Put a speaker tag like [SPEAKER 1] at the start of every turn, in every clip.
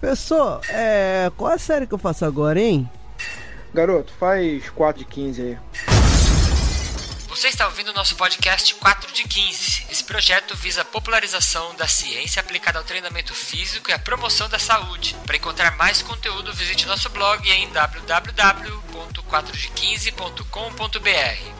[SPEAKER 1] Professor, qual a série que eu faço agora, hein?
[SPEAKER 2] Garoto, faz 4 de 15 aí.
[SPEAKER 3] Você está ouvindo o nosso podcast 4 de 15. Esse projeto visa a popularização da ciência aplicada ao treinamento físico e à promoção da saúde. Para encontrar mais conteúdo, visite nosso blog em www.4de15.com.br.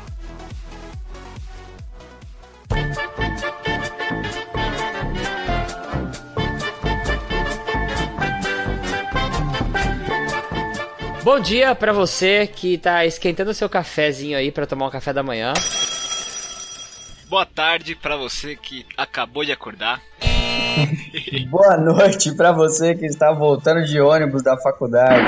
[SPEAKER 3] Bom dia pra você que tá esquentando seu cafezinho aí pra tomar um café da manhã.
[SPEAKER 4] Boa tarde pra você que acabou de acordar.
[SPEAKER 5] Boa noite pra você que está voltando de ônibus da faculdade.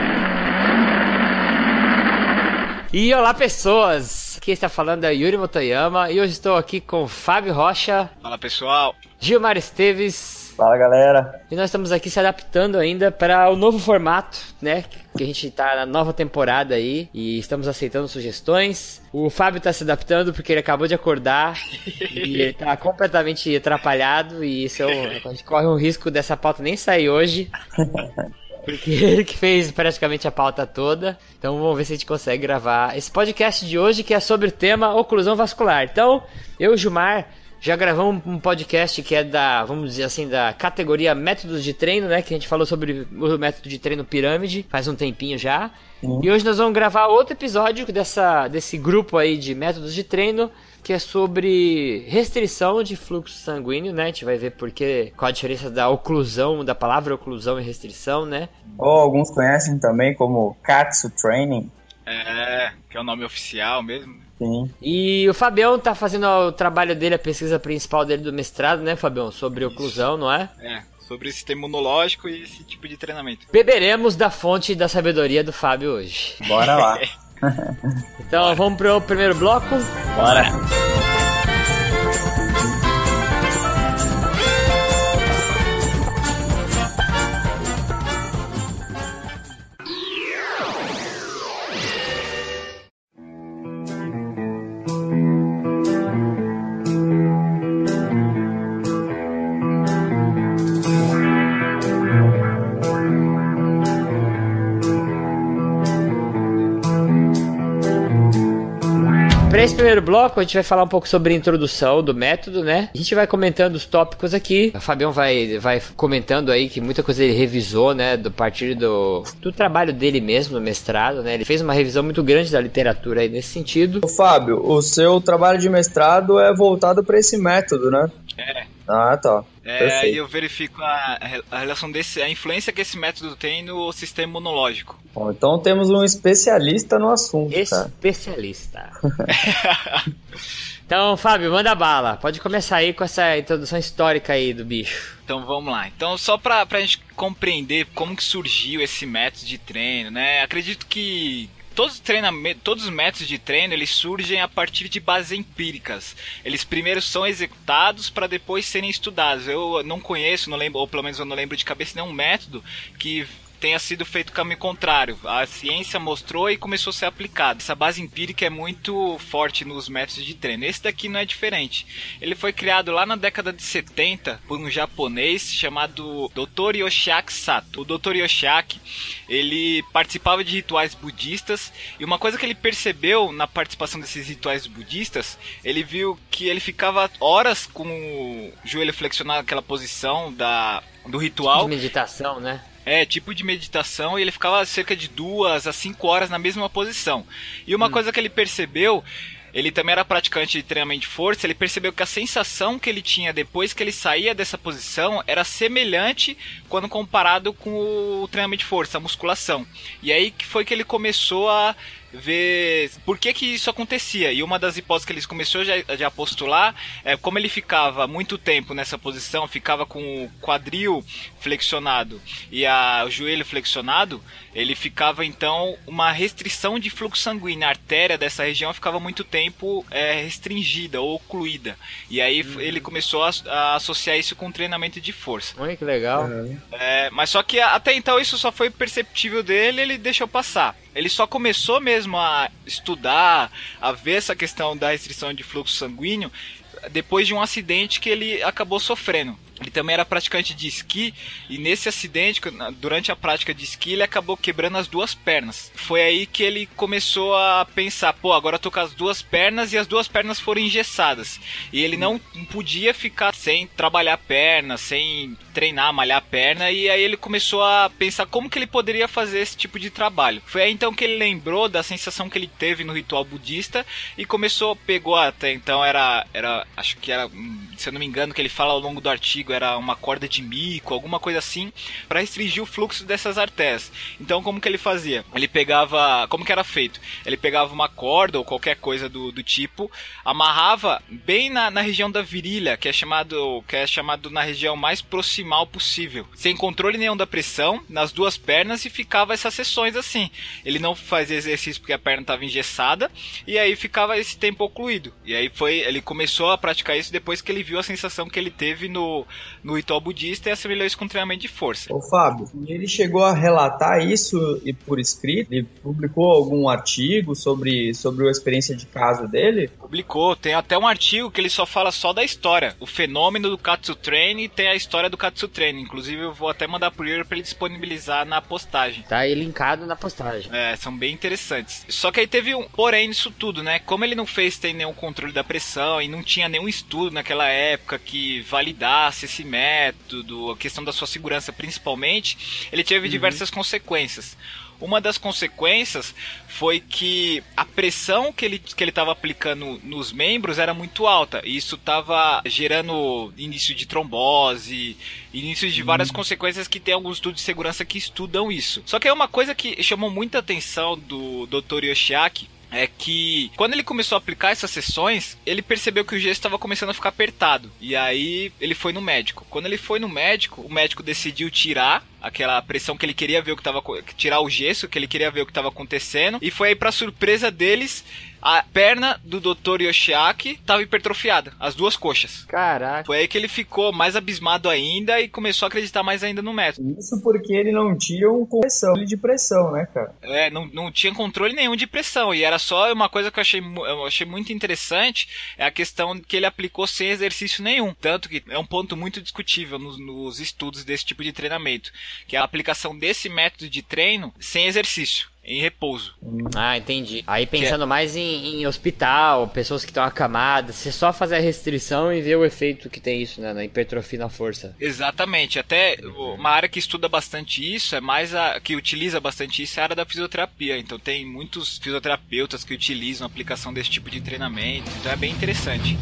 [SPEAKER 3] E olá, pessoas! Quem está falando é Yuri Motoyama e hoje estou aqui com Fábio Rocha.
[SPEAKER 4] Fala, pessoal.
[SPEAKER 3] Gilmar Esteves.
[SPEAKER 5] Fala, galera.
[SPEAKER 3] E nós estamos aqui se adaptando ainda para o novo formato, né? Que a gente tá na nova temporada aí e estamos aceitando sugestões. O Fábio tá se adaptando porque ele acabou de acordar e ele tá completamente atrapalhado e isso a gente corre um risco dessa pauta nem sair hoje. Porque ele que fez praticamente a pauta toda. Então vamos ver se a gente consegue gravar esse podcast de hoje que é sobre o tema oclusão vascular. Então, eu e o Gilmar já gravamos um podcast que é da, vamos dizer assim, da categoria métodos de treino, né? Que a gente falou sobre o método de treino pirâmide, faz um tempinho já. E hoje nós vamos gravar outro episódio desse grupo aí de métodos de treino, que é sobre restrição de fluxo sanguíneo, né? A gente vai ver qual a diferença da oclusão, da palavra oclusão e restrição, né?
[SPEAKER 5] Ou alguns conhecem também como Katsu Training.
[SPEAKER 4] Que é o nome oficial mesmo.
[SPEAKER 5] Sim.
[SPEAKER 3] E o Fabião tá fazendo o trabalho dele, a pesquisa principal dele do mestrado, né, Fabião? Sobre oclusão, não é?
[SPEAKER 4] Sobre o sistema imunológico e esse tipo de treinamento.
[SPEAKER 3] Beberemos da fonte da sabedoria do Fábio hoje.
[SPEAKER 5] Bora lá.
[SPEAKER 3] Então vamos pro primeiro bloco?
[SPEAKER 5] Bora.
[SPEAKER 3] Para esse primeiro bloco, a gente vai falar um pouco sobre a introdução do método, né? A gente vai comentando os tópicos aqui. O Fabião vai comentando aí que muita coisa ele revisou, né? A partir do trabalho dele mesmo, no mestrado, né? Ele fez uma revisão muito grande da literatura aí nesse sentido.
[SPEAKER 5] Ô, Fábio, o seu trabalho de mestrado é voltado para esse método, né? Ah, tá.
[SPEAKER 4] Aí eu verifico a relação a influência que esse método tem no sistema imunológico.
[SPEAKER 5] Bom, então temos um especialista no assunto,
[SPEAKER 3] Especialista. Então, Fábio, manda bala. Pode começar aí com essa introdução histórica aí do bicho.
[SPEAKER 4] Então vamos lá. Então só pra gente compreender como que surgiu esse método de treino, né? Acredito que todos os métodos de treino, eles surgem a partir de bases empíricas. Eles primeiro são executados para depois serem estudados. Eu não conheço, não lembro, ou pelo menos eu não lembro de cabeça nenhum método que tenha sido feito o caminho contrário. A ciência mostrou e começou a ser aplicada. Essa base empírica é muito forte nos métodos de treino. Esse daqui não é diferente. Ele foi criado lá na década de 70 por um japonês chamado Dr. Yoshiaki Sato. O Dr. Yoshiaki, ele participava de rituais budistas e uma coisa que ele percebeu na participação desses rituais budistas, ele viu que ele ficava horas com o joelho flexionado naquela posição do ritual.
[SPEAKER 3] De meditação, né?
[SPEAKER 4] Tipo de meditação, e ele ficava cerca de 2 a 5 horas na mesma posição. E uma coisa que ele percebeu, ele também era praticante de treinamento de força, ele percebeu que a sensação que ele tinha depois que ele saía dessa posição era semelhante quando comparado com o treinamento de força, a musculação. E aí que foi que ele começou a ver por que isso acontecia. E uma das hipóteses que ele começou já a postular é como ele ficava muito tempo nessa posição, ficava com o quadril flexionado e o joelho flexionado, ele ficava então uma restrição de fluxo sanguíneo. A artéria dessa região ficava muito tempo restringida ou ocluída. E aí ele começou a associar isso com treinamento de força.
[SPEAKER 3] Olha que legal.
[SPEAKER 4] Mas só que até então isso só foi perceptível dele, ele deixou passar. Ele só começou mesmo a estudar, a ver essa questão da restrição de fluxo sanguíneo depois de um acidente que ele acabou sofrendo. ele também era praticante de esqui, e nesse acidente, durante a prática de esqui, ele acabou quebrando as 2 pernas. Foi aí que ele começou a pensar, pô, agora eu tô com as 2 pernas e as 2 pernas foram engessadas. E ele não podia ficar sem trabalhar a perna, sem treinar, malhar a perna, e aí ele começou a pensar como que ele poderia fazer esse tipo de trabalho. Foi aí então que ele lembrou da sensação que ele teve no ritual budista e pegou até então, acho que era, se eu não me engano, que ele fala ao longo do artigo, era uma corda de mico, alguma coisa assim, para restringir o fluxo dessas artérias. Então como que ele fazia? Ele pegava, como que era feito? Ele pegava uma corda ou qualquer coisa do tipo, amarrava bem na região da virilha, que é chamado na região mais proximal possível, sem controle nenhum da pressão, nas 2 pernas, e ficava essas sessões assim. Ele não fazia exercício porque a perna estava engessada, e aí ficava esse tempo ocluído. E aí ele começou a praticar isso depois que ele viu a sensação que ele teve no ritual budista e assemelhou isso com treinamento de força.
[SPEAKER 5] Ô Fábio, ele chegou a relatar isso por escrito? Ele publicou algum artigo sobre a experiência de caso dele?
[SPEAKER 4] Publicou, tem até um artigo que ele só fala só da história, o fenômeno do Katsu Training, e tem a história do Katsu Training. Inclusive eu vou até mandar por ele pra ele disponibilizar na postagem.
[SPEAKER 3] Tá aí linkado na postagem.
[SPEAKER 4] São bem interessantes. Só que aí teve um porém nisso tudo, né? Como ele não tem nenhum controle da pressão e não tinha nenhum estudo naquela época que validasse esse método, a questão da sua segurança principalmente, ele teve diversas consequências. Uma das consequências foi que a pressão que ele estava aplicando nos membros era muito alta, e isso estava gerando início de trombose, início de várias consequências, que tem alguns estudos de segurança que estudam isso. Só que é uma coisa que chamou muita atenção do Dr. Yoshiaki, é que quando ele começou a aplicar essas sessões, ele percebeu que o gesso estava começando a ficar apertado. E aí ele foi no médico. Quando ele foi no médico, o médico decidiu tirar aquela pressão que ele queria ver tirar o gesso, que ele queria ver o que estava acontecendo. E foi aí, pra surpresa deles, a perna do Dr. Yoshiaki estava hipertrofiada, as 2 coxas.
[SPEAKER 3] Caraca.
[SPEAKER 4] Foi aí que ele ficou mais abismado ainda e começou a acreditar mais ainda no método.
[SPEAKER 5] Isso porque ele não tinha um controle de pressão, né, cara?
[SPEAKER 4] Não tinha controle nenhum de pressão. E era só uma coisa que eu achei muito interessante, é a questão que ele aplicou sem exercício nenhum. Tanto que é um ponto muito discutível nos estudos desse tipo de treinamento, que é a aplicação desse método de treino sem exercício, em repouso.
[SPEAKER 3] Ah, entendi. Aí pensando mais em hospital, pessoas que estão acamadas, você só fazer a restrição e ver o efeito que tem isso, né, na hipertrofia, na força.
[SPEAKER 4] Exatamente. Até uma área que estuda bastante isso, que utiliza bastante isso, é a área da fisioterapia. Então tem muitos fisioterapeutas que utilizam a aplicação desse tipo de treinamento. Então é bem interessante.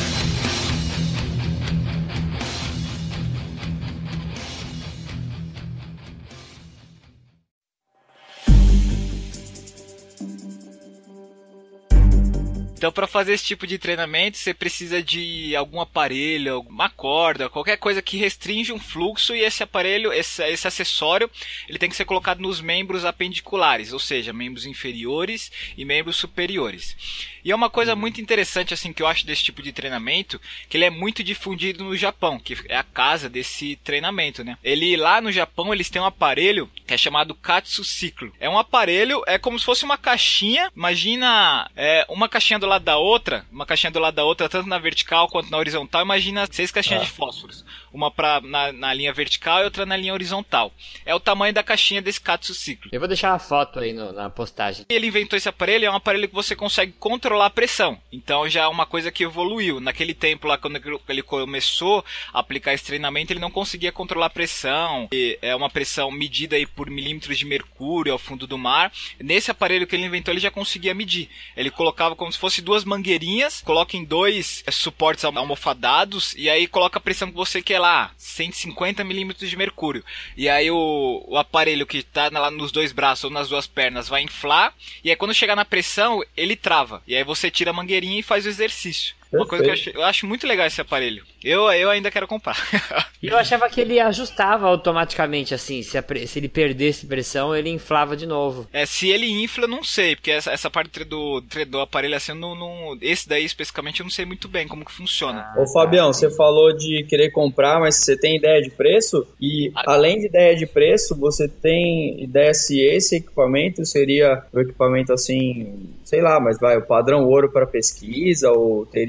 [SPEAKER 4] Então, para fazer esse tipo de treinamento, você precisa de algum aparelho, uma corda, qualquer coisa que restringe um fluxo, e esse aparelho, esse acessório, ele tem que ser colocado nos membros apendiculares, ou seja, membros inferiores e membros superiores. E é uma coisa muito interessante, assim, que eu acho desse tipo de treinamento, que ele é muito difundido no Japão, que é a casa desse treinamento, né? Lá no Japão, eles têm um aparelho que é chamado Katsu Ciclo. É um aparelho, é como se fosse uma caixinha, imagina uma caixinha do lado da outra, tanto na vertical quanto na horizontal. Imagina 6 caixinhas de fósforos, uma na linha vertical e outra na linha horizontal. É o tamanho da caixinha desse Katsu Ciclo.
[SPEAKER 3] Eu vou deixar uma foto aí na postagem.
[SPEAKER 4] Ele inventou esse aparelho, é um aparelho que você consegue controlar a pressão. Então já é uma coisa que evoluiu. Naquele tempo lá, quando ele começou a aplicar esse treinamento, ele não conseguia controlar a pressão. É uma pressão medida aí por milímetros de mercúrio ao fundo do mar. Nesse aparelho que ele inventou, ele já conseguia medir. Ele colocava como se fosse 2 mangueirinhas, coloca em 2 suportes almofadados, e aí coloca a pressão que você quer lá, 150 milímetros de mercúrio. E aí o aparelho que está lá nos 2 braços ou nas 2 pernas vai inflar, e aí quando chegar na pressão, ele trava. E aí você tira a mangueirinha e faz o exercício. Uma coisa que eu acho muito legal esse aparelho. Eu ainda quero comprar.
[SPEAKER 3] E eu achava que ele ajustava automaticamente, assim, se ele perdesse pressão, ele inflava de novo.
[SPEAKER 4] Se ele infla, eu não sei, porque essa parte do aparelho, assim, esse daí especificamente eu não sei muito bem como que funciona.
[SPEAKER 5] Ô Fabião, você falou de querer comprar, mas você tem ideia de preço? E além de ideia de preço, você tem ideia se esse equipamento seria o equipamento assim, sei lá, mas o padrão ouro para pesquisa, ou teria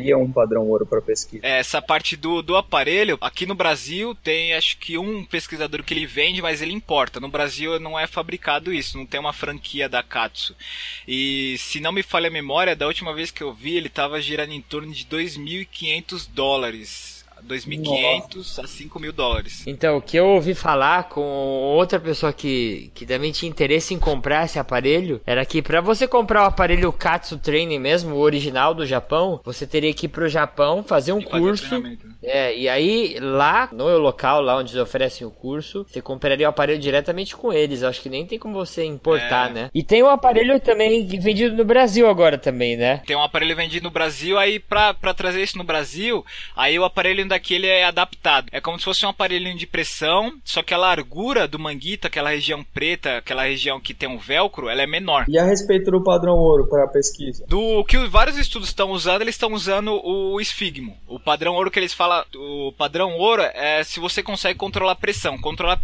[SPEAKER 5] seria um padrão ouro para pesquisa?
[SPEAKER 4] Essa parte do aparelho, aqui no Brasil tem acho que um pesquisador que ele vende, mas ele importa. No Brasil não é fabricado isso, não tem uma franquia da Katsu. E se não me falha a memória, da última vez que eu vi, ele estava girando em torno de $2.500. 2.500 a $5.000.
[SPEAKER 3] Então, o que eu ouvi falar com outra pessoa que também tinha interesse em comprar esse aparelho, era que pra você comprar o aparelho Katsu Training mesmo, o original do Japão, você teria que ir pro Japão, fazer um curso. E aí lá, no local lá onde eles oferecem o curso, você compraria o aparelho diretamente com eles. Eu acho que nem tem como você importar, né? E tem um aparelho também vendido no Brasil agora também, né?
[SPEAKER 4] Tem um aparelho vendido no Brasil, aí pra trazer isso no Brasil, aí o aparelho daqui ele é adaptado. É como se fosse um aparelhinho de pressão, só que a largura do manguito, aquela região preta, aquela região que tem um velcro, ela é menor.
[SPEAKER 5] E a respeito do padrão ouro para a pesquisa?
[SPEAKER 4] Do que vários estudos estão usando, eles estão usando o esfigmo. O padrão ouro que eles falam, o padrão ouro é se você consegue controlar a pressão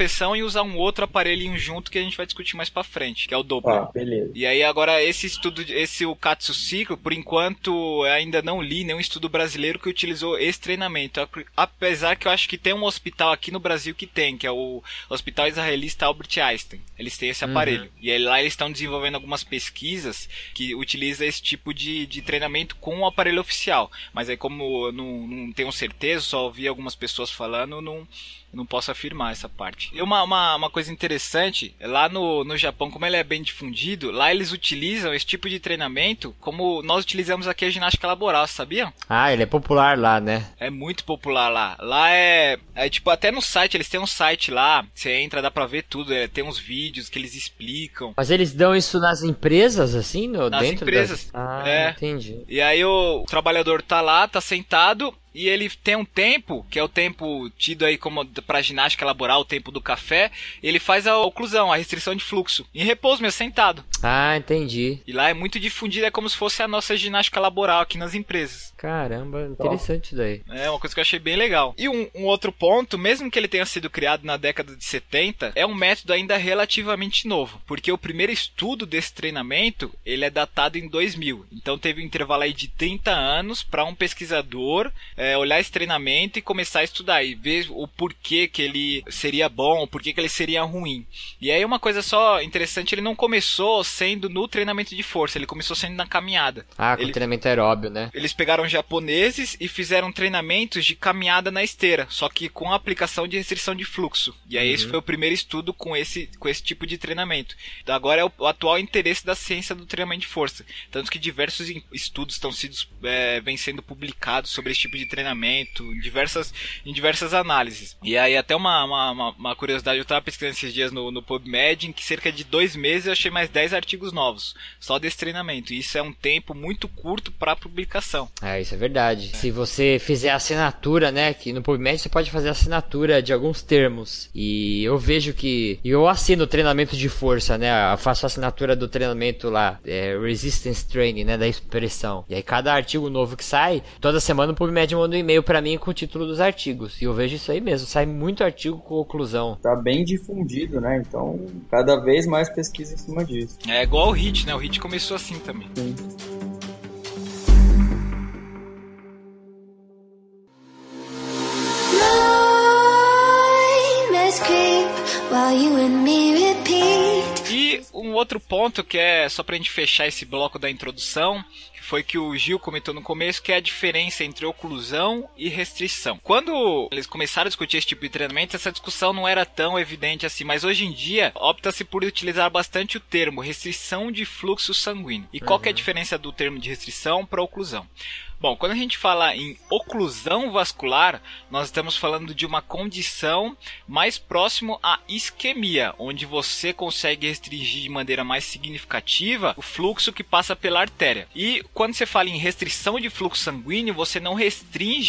[SPEAKER 4] e usar um outro aparelhinho junto que a gente vai discutir mais pra frente, que é o Doppler.
[SPEAKER 5] Beleza.
[SPEAKER 4] E aí agora esse estudo, o Katsu Ciclo, por enquanto eu ainda não li nenhum estudo brasileiro que utilizou esse treinamento. Apesar que eu acho que tem um hospital aqui no Brasil que tem, que é o Hospital Israelita Albert Einstein. Eles têm esse aparelho. E aí lá eles estão desenvolvendo algumas pesquisas que utilizam esse tipo de treinamento com o aparelho oficial. Mas aí como eu não tenho certeza, só ouvi algumas pessoas falando, não posso afirmar essa parte. E uma coisa interessante, lá no Japão, como ele é bem difundido, lá eles utilizam esse tipo de treinamento como nós utilizamos aqui a ginástica laboral, sabiam?
[SPEAKER 3] Ah, ele é popular lá, né?
[SPEAKER 4] É muito popular lá. Lá é tipo, até no site, eles têm um site lá, você entra, dá pra ver tudo, tem uns vídeos que eles explicam.
[SPEAKER 3] Mas eles dão isso nas empresas, assim?
[SPEAKER 4] Nas
[SPEAKER 3] dentro
[SPEAKER 4] empresas.
[SPEAKER 3] Entendi.
[SPEAKER 4] E aí o trabalhador tá lá, tá sentado, e ele tem um tempo, que é o tempo tido aí como para ginástica laboral, o tempo do café, ele faz a oclusão, a restrição de fluxo, em repouso mesmo, sentado.
[SPEAKER 3] Ah, entendi.
[SPEAKER 4] E lá é muito difundido, é como se fosse a nossa ginástica laboral aqui nas empresas.
[SPEAKER 3] Caramba, interessante isso daí.
[SPEAKER 4] É uma coisa que eu achei bem legal. E um outro ponto, mesmo que ele tenha sido criado na década de 70, é um método ainda relativamente novo, porque o primeiro estudo desse treinamento, ele é datado em 2000. Então teve um intervalo aí de 30 anos para um pesquisador olhar esse treinamento e começar a estudar e ver o porquê que ele seria bom, o porquê que ele seria ruim. E aí uma coisa só interessante, ele não começou sendo no treinamento de força, ele começou sendo na caminhada.
[SPEAKER 3] Com treinamento aeróbio, né?
[SPEAKER 4] Eles pegaram japoneses e fizeram treinamentos de caminhada na esteira, só que com a aplicação de restrição de fluxo. E aí esse foi o primeiro estudo com esse tipo de treinamento. Então, agora é o atual interesse da ciência do treinamento de força. Tanto que diversos estudos vêm sendo publicados sobre esse tipo de treinamento, em diversas análises. E aí até uma curiosidade, eu estava pesquisando esses dias no PubMed, em que cerca de 2 meses eu achei mais 10 artigos novos, só desse treinamento. E isso é um tempo muito curto para publicação.
[SPEAKER 3] Isso é verdade. Se você fizer a assinatura, né, que no PubMed você pode fazer a assinatura de alguns termos. E eu vejo que eu assino o treinamento de força, né, eu faço a assinatura do treinamento lá, Resistance Training, né, da expressão. E aí cada artigo novo que sai, toda semana o PubMed manda um e-mail pra mim com o título dos artigos. E eu vejo isso aí mesmo, sai muito artigo com oclusão.
[SPEAKER 5] Tá bem difundido, né? Então, cada vez mais pesquisa em cima disso.
[SPEAKER 4] É igual o HIIT, né? O HIIT começou assim também.
[SPEAKER 5] Sim.
[SPEAKER 4] E um outro ponto que é só pra gente fechar esse bloco da introdução, que foi que o Gil comentou no começo, que é a diferença entre oclusão e restrição. Quando eles começaram a discutir esse tipo de treinamento, essa discussão não era tão evidente assim, mas hoje em dia opta-se por utilizar bastante o termo restrição de fluxo sanguíneo. E qual que é a diferença do termo de restrição para oclusão? Bom, quando a gente fala em oclusão vascular, nós estamos falando de uma condição mais próximo à isquemia, onde você consegue restringir de maneira mais significativa o fluxo que passa pela artéria. E quando você fala em restrição de fluxo sanguíneo, você não restringe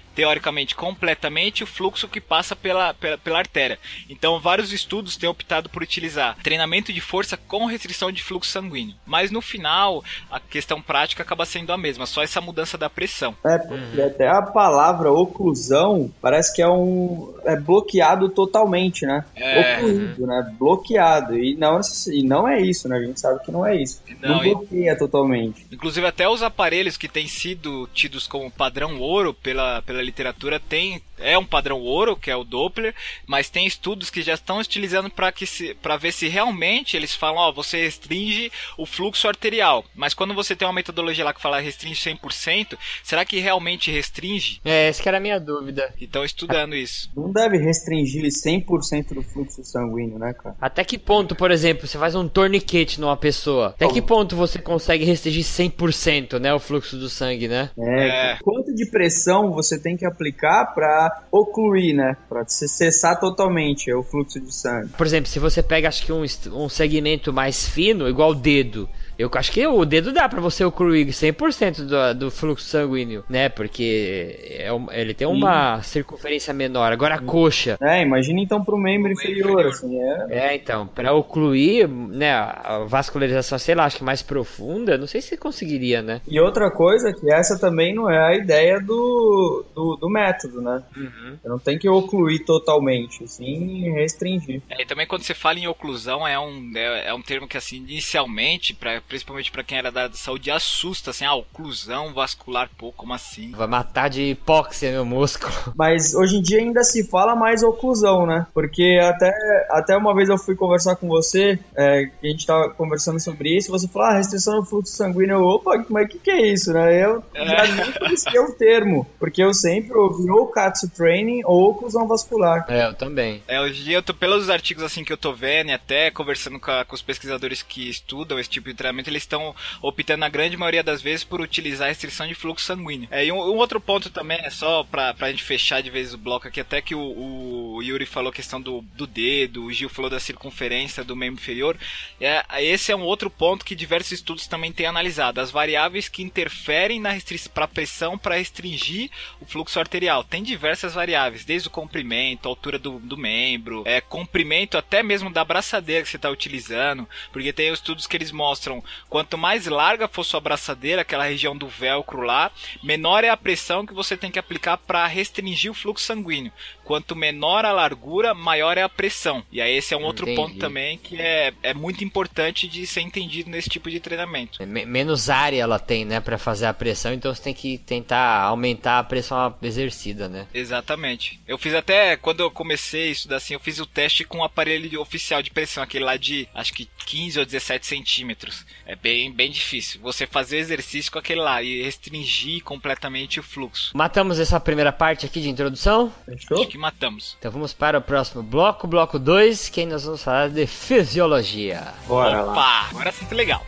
[SPEAKER 4] teoricamente, completamente o fluxo que passa pela artéria. Então, vários estudos têm optado por utilizar treinamento de força com restrição de fluxo sanguíneo. Mas, no final, a questão prática acaba sendo a mesma, só essa mudança da pressão.
[SPEAKER 5] Porque até a palavra oclusão parece que é bloqueado totalmente, né? Ocluído, né? Bloqueado. E não é isso, né? A gente sabe que não é isso. Não bloqueia totalmente.
[SPEAKER 4] Inclusive, até os aparelhos que têm sido tidos como padrão ouro pela literatura é um padrão ouro, que é o Doppler, mas tem estudos que já estão utilizando para ver se realmente eles falam, você restringe o fluxo arterial. Mas quando você tem uma metodologia lá que fala restringe 100%, será que realmente restringe?
[SPEAKER 3] Essa que era a minha dúvida.
[SPEAKER 4] Então, estudando isso.
[SPEAKER 5] Não deve restringir 100% do fluxo sanguíneo, né, cara?
[SPEAKER 3] Até que ponto, por exemplo, você faz um torniquete numa pessoa? Até que ponto você consegue restringir 100%, né, o fluxo do sangue, né?
[SPEAKER 5] Quanto de pressão você tem que aplicar para ocluir, né? Para cessar totalmente o fluxo de sangue.
[SPEAKER 3] Por exemplo, se você pega, acho que um segmento mais fino, igual o dedo, eu acho que o dedo dá pra você ocluir 100% do fluxo sanguíneo, né? Porque ele tem uma circunferência menor. Agora a coxa...
[SPEAKER 5] imagina então pro membro inferior, assim,
[SPEAKER 3] então, pra ocluir, né, a vascularização, sei lá, acho que mais profunda, não sei se conseguiria, né?
[SPEAKER 5] E outra coisa, que essa também não é a ideia do método, né? Você não tem que ocluir totalmente, sim, restringir.
[SPEAKER 4] E também quando você fala em oclusão, é um termo que, assim, inicialmente, principalmente pra quem era da saúde, assusta, assim, oclusão vascular, como assim?
[SPEAKER 3] Vai matar de hipóxia meu músculo.
[SPEAKER 5] Mas hoje em dia ainda se fala mais oclusão, né? Porque até uma vez eu fui conversar com você, a gente tava conversando sobre isso, você falou, restrição do fluxo sanguíneo. Opa, mas o que é isso, né? Eu já nem conhecia o termo, porque eu sempre ouvi ou Katsu Training ou oclusão vascular.
[SPEAKER 3] Eu também.
[SPEAKER 4] Hoje em dia, pelos artigos assim que eu tô vendo e até conversando com os pesquisadores que estudam esse tipo de treinamento, eles estão optando na grande maioria das vezes por utilizar a restrição de fluxo sanguíneo. E um outro ponto também, só pra gente fechar de vez o bloco aqui, até que o Yuri falou a questão do dedo, o Gil falou da circunferência do membro inferior, esse é um outro ponto que diversos estudos também têm analisado, as variáveis que interferem na restrição para pressão para restringir o fluxo arterial. Tem diversas variáveis, desde o comprimento, a altura do membro, comprimento até mesmo da braçadeira que você está utilizando, porque tem estudos que eles mostram quanto mais larga for sua braçadeira, aquela região do velcro lá, menor é a pressão que você tem que aplicar para restringir o fluxo sanguíneo. Quanto menor a largura, maior é a pressão. E aí esse é um outro ponto também que é muito importante de ser entendido nesse tipo de treinamento.
[SPEAKER 3] Menos área ela tem, né, para fazer a pressão, então você tem que tentar aumentar a pressão exercida, né?
[SPEAKER 4] Exatamente. Eu fiz até, quando eu comecei a estudar assim, eu fiz o teste com um aparelho oficial de pressão, aquele lá de, acho que 15 ou 17 centímetros. É bem difícil. Você fazer exercício com aquele lá e restringir completamente o fluxo.
[SPEAKER 3] Matamos essa primeira parte aqui de introdução?
[SPEAKER 5] Fechou?
[SPEAKER 4] Acho que matamos.
[SPEAKER 3] Então vamos para o próximo bloco 2, que aí nós vamos falar de fisiologia.
[SPEAKER 5] Bora lá.
[SPEAKER 4] Opa, agora sim, legal.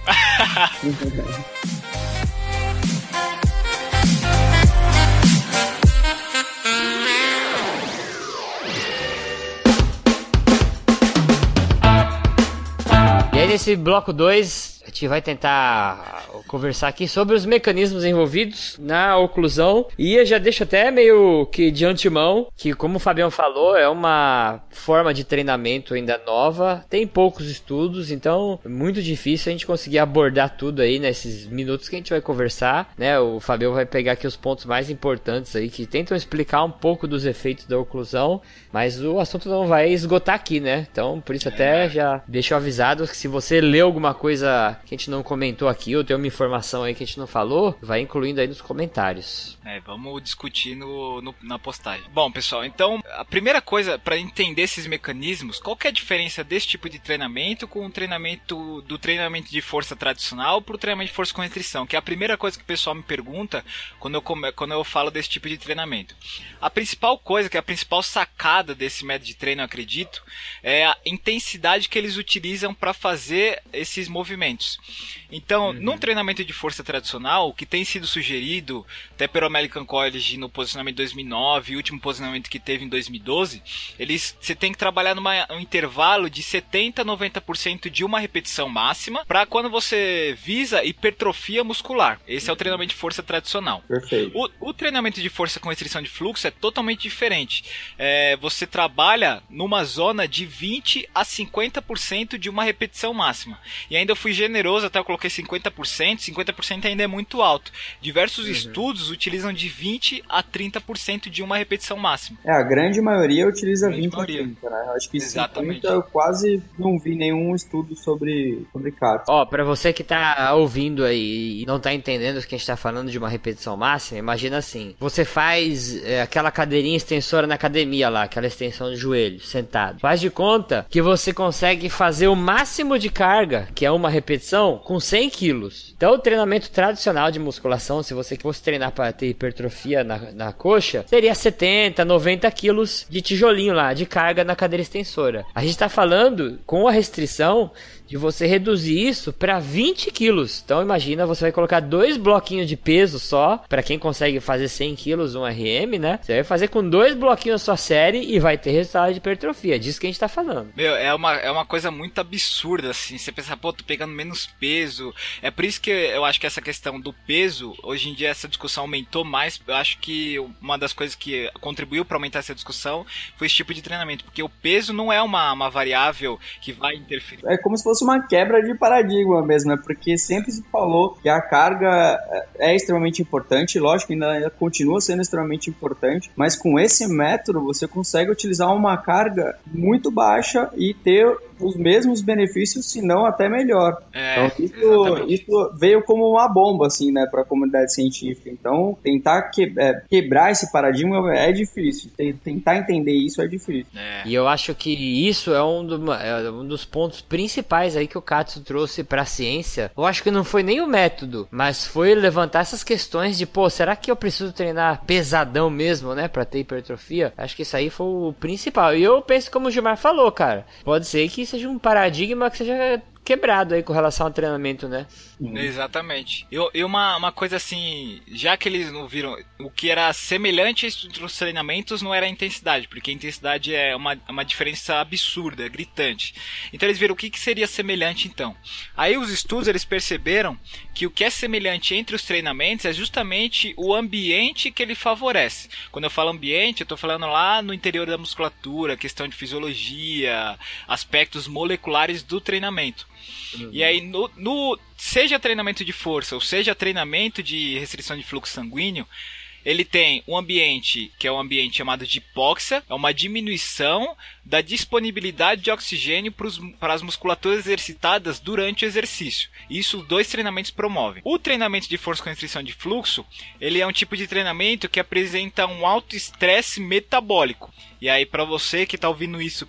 [SPEAKER 3] E aí nesse bloco 2, a gente vai tentar conversar aqui sobre os mecanismos envolvidos na oclusão. E eu já deixo até meio que de antemão que, como o Fabião falou, é uma forma de treinamento ainda nova. Tem poucos estudos, então é muito difícil a gente conseguir abordar tudo aí nesses minutos que a gente vai conversar, né? O Fabião vai pegar aqui os pontos mais importantes aí que tentam explicar um pouco dos efeitos da oclusão, mas o assunto não vai esgotar aqui, né? Então, por isso até já deixo avisado que se você lê alguma coisa que a gente não comentou aqui, ou tem uma informação aí que a gente não falou, vai incluindo aí nos comentários.
[SPEAKER 4] Vamos discutir na postagem. Bom, pessoal, então a primeira coisa para entender esses mecanismos, qual que é a diferença desse tipo de treinamento com o treinamento de força tradicional para o treinamento de força com restrição, que é a primeira coisa que o pessoal me pergunta quando eu falo desse tipo de treinamento. A principal coisa, que é a principal sacada desse método de treino, eu acredito, é a intensidade que eles utilizam para fazer esses movimentos. treinamentos. Então, num treinamento de força tradicional, o que tem sido sugerido, até pelo American College no posicionamento de 2009, e o último posicionamento que teve em 2012, você tem que trabalhar num intervalo de 70% a 90% de uma repetição máxima, para quando você visa hipertrofia muscular. Esse é o treinamento de força tradicional.
[SPEAKER 5] Perfeito.
[SPEAKER 4] O treinamento de força com restrição de fluxo é totalmente diferente. Você trabalha numa zona de 20% a 50% de uma repetição máxima. E ainda eu fui generoso, até eu coloquei 50%, 50% ainda é muito alto. Diversos estudos utilizam de 20% a 30% de uma repetição máxima.
[SPEAKER 5] A grande maioria utiliza 20
[SPEAKER 4] maioria.
[SPEAKER 5] a 30, né? Eu acho que
[SPEAKER 4] Exatamente.
[SPEAKER 5] 50 eu quase não vi nenhum estudo sobre CAT.
[SPEAKER 3] Ó, pra você que tá ouvindo aí e não tá entendendo que a gente tá falando de uma repetição máxima, imagina assim, você faz aquela cadeirinha extensora na academia lá, aquela extensão de joelho, sentado. Faz de conta que você consegue fazer o máximo de carga, que é uma repetição, com 100 quilos. Então o treinamento tradicional de musculação, se você fosse treinar para ter hipertrofia na coxa, seria 70, 90 quilos de tijolinho lá, de carga na cadeira extensora. A gente tá falando com a restrição de você reduzir isso para 20 quilos. Então imagina, você vai colocar 2 bloquinhos de peso só, para quem consegue fazer 100 quilos um RM, né? Você vai fazer com 2 bloquinhos a sua série e vai ter resultado de hipertrofia. É disso que a gente tá falando.
[SPEAKER 4] Meu, é uma coisa muito absurda, assim. Você pensa, pô, tô pegando menos peso. É por isso que eu acho que essa questão do peso, hoje em dia essa discussão aumentou mais. Eu acho que uma das coisas que contribuiu para aumentar essa discussão foi esse tipo de treinamento, porque o peso não é uma variável que vai interferir.
[SPEAKER 5] É como se fosse uma quebra de paradigma mesmo, né? Porque sempre se falou que a carga é extremamente importante, lógico que ainda continua sendo extremamente importante, mas com esse método você consegue utilizar uma carga muito baixa e ter os mesmos benefícios, se não até melhor. Então isso veio como uma bomba, assim, né, para a comunidade científica. Então tentar quebrar esse paradigma é difícil, tentar entender isso é difícil.
[SPEAKER 3] E eu acho que isso é um dos pontos principais aí que o Katsu trouxe pra ciência. Eu acho que não foi nem o método, mas foi levantar essas questões de, pô, será que eu preciso treinar pesadão mesmo, né, pra ter hipertrofia? Acho que isso aí foi o principal. E eu penso como o Gilmar falou, cara, pode ser que seja um paradigma que seja quebrado aí com relação ao treinamento, né?
[SPEAKER 4] Exatamente. E uma coisa assim, já que eles não viram, o que era semelhante entre os treinamentos não era a intensidade, porque a intensidade é uma diferença absurda, gritante. Então eles viram o que seria semelhante então. Aí os estudos eles perceberam que o que é semelhante entre os treinamentos é justamente o ambiente que ele favorece. Quando eu falo ambiente, eu estou falando lá no interior da musculatura, questão de fisiologia, aspectos moleculares do treinamento. E aí, seja treinamento de força ou seja treinamento de restrição de fluxo sanguíneo, ele tem um ambiente que é um ambiente chamado de hipóxia, é uma diminuição da disponibilidade de oxigênio para as musculaturas exercitadas durante o exercício. Isso os dois treinamentos promovem. O treinamento de força com restrição de fluxo, ele é um tipo de treinamento que apresenta um alto estresse metabólico. E aí, para você que está ouvindo isso,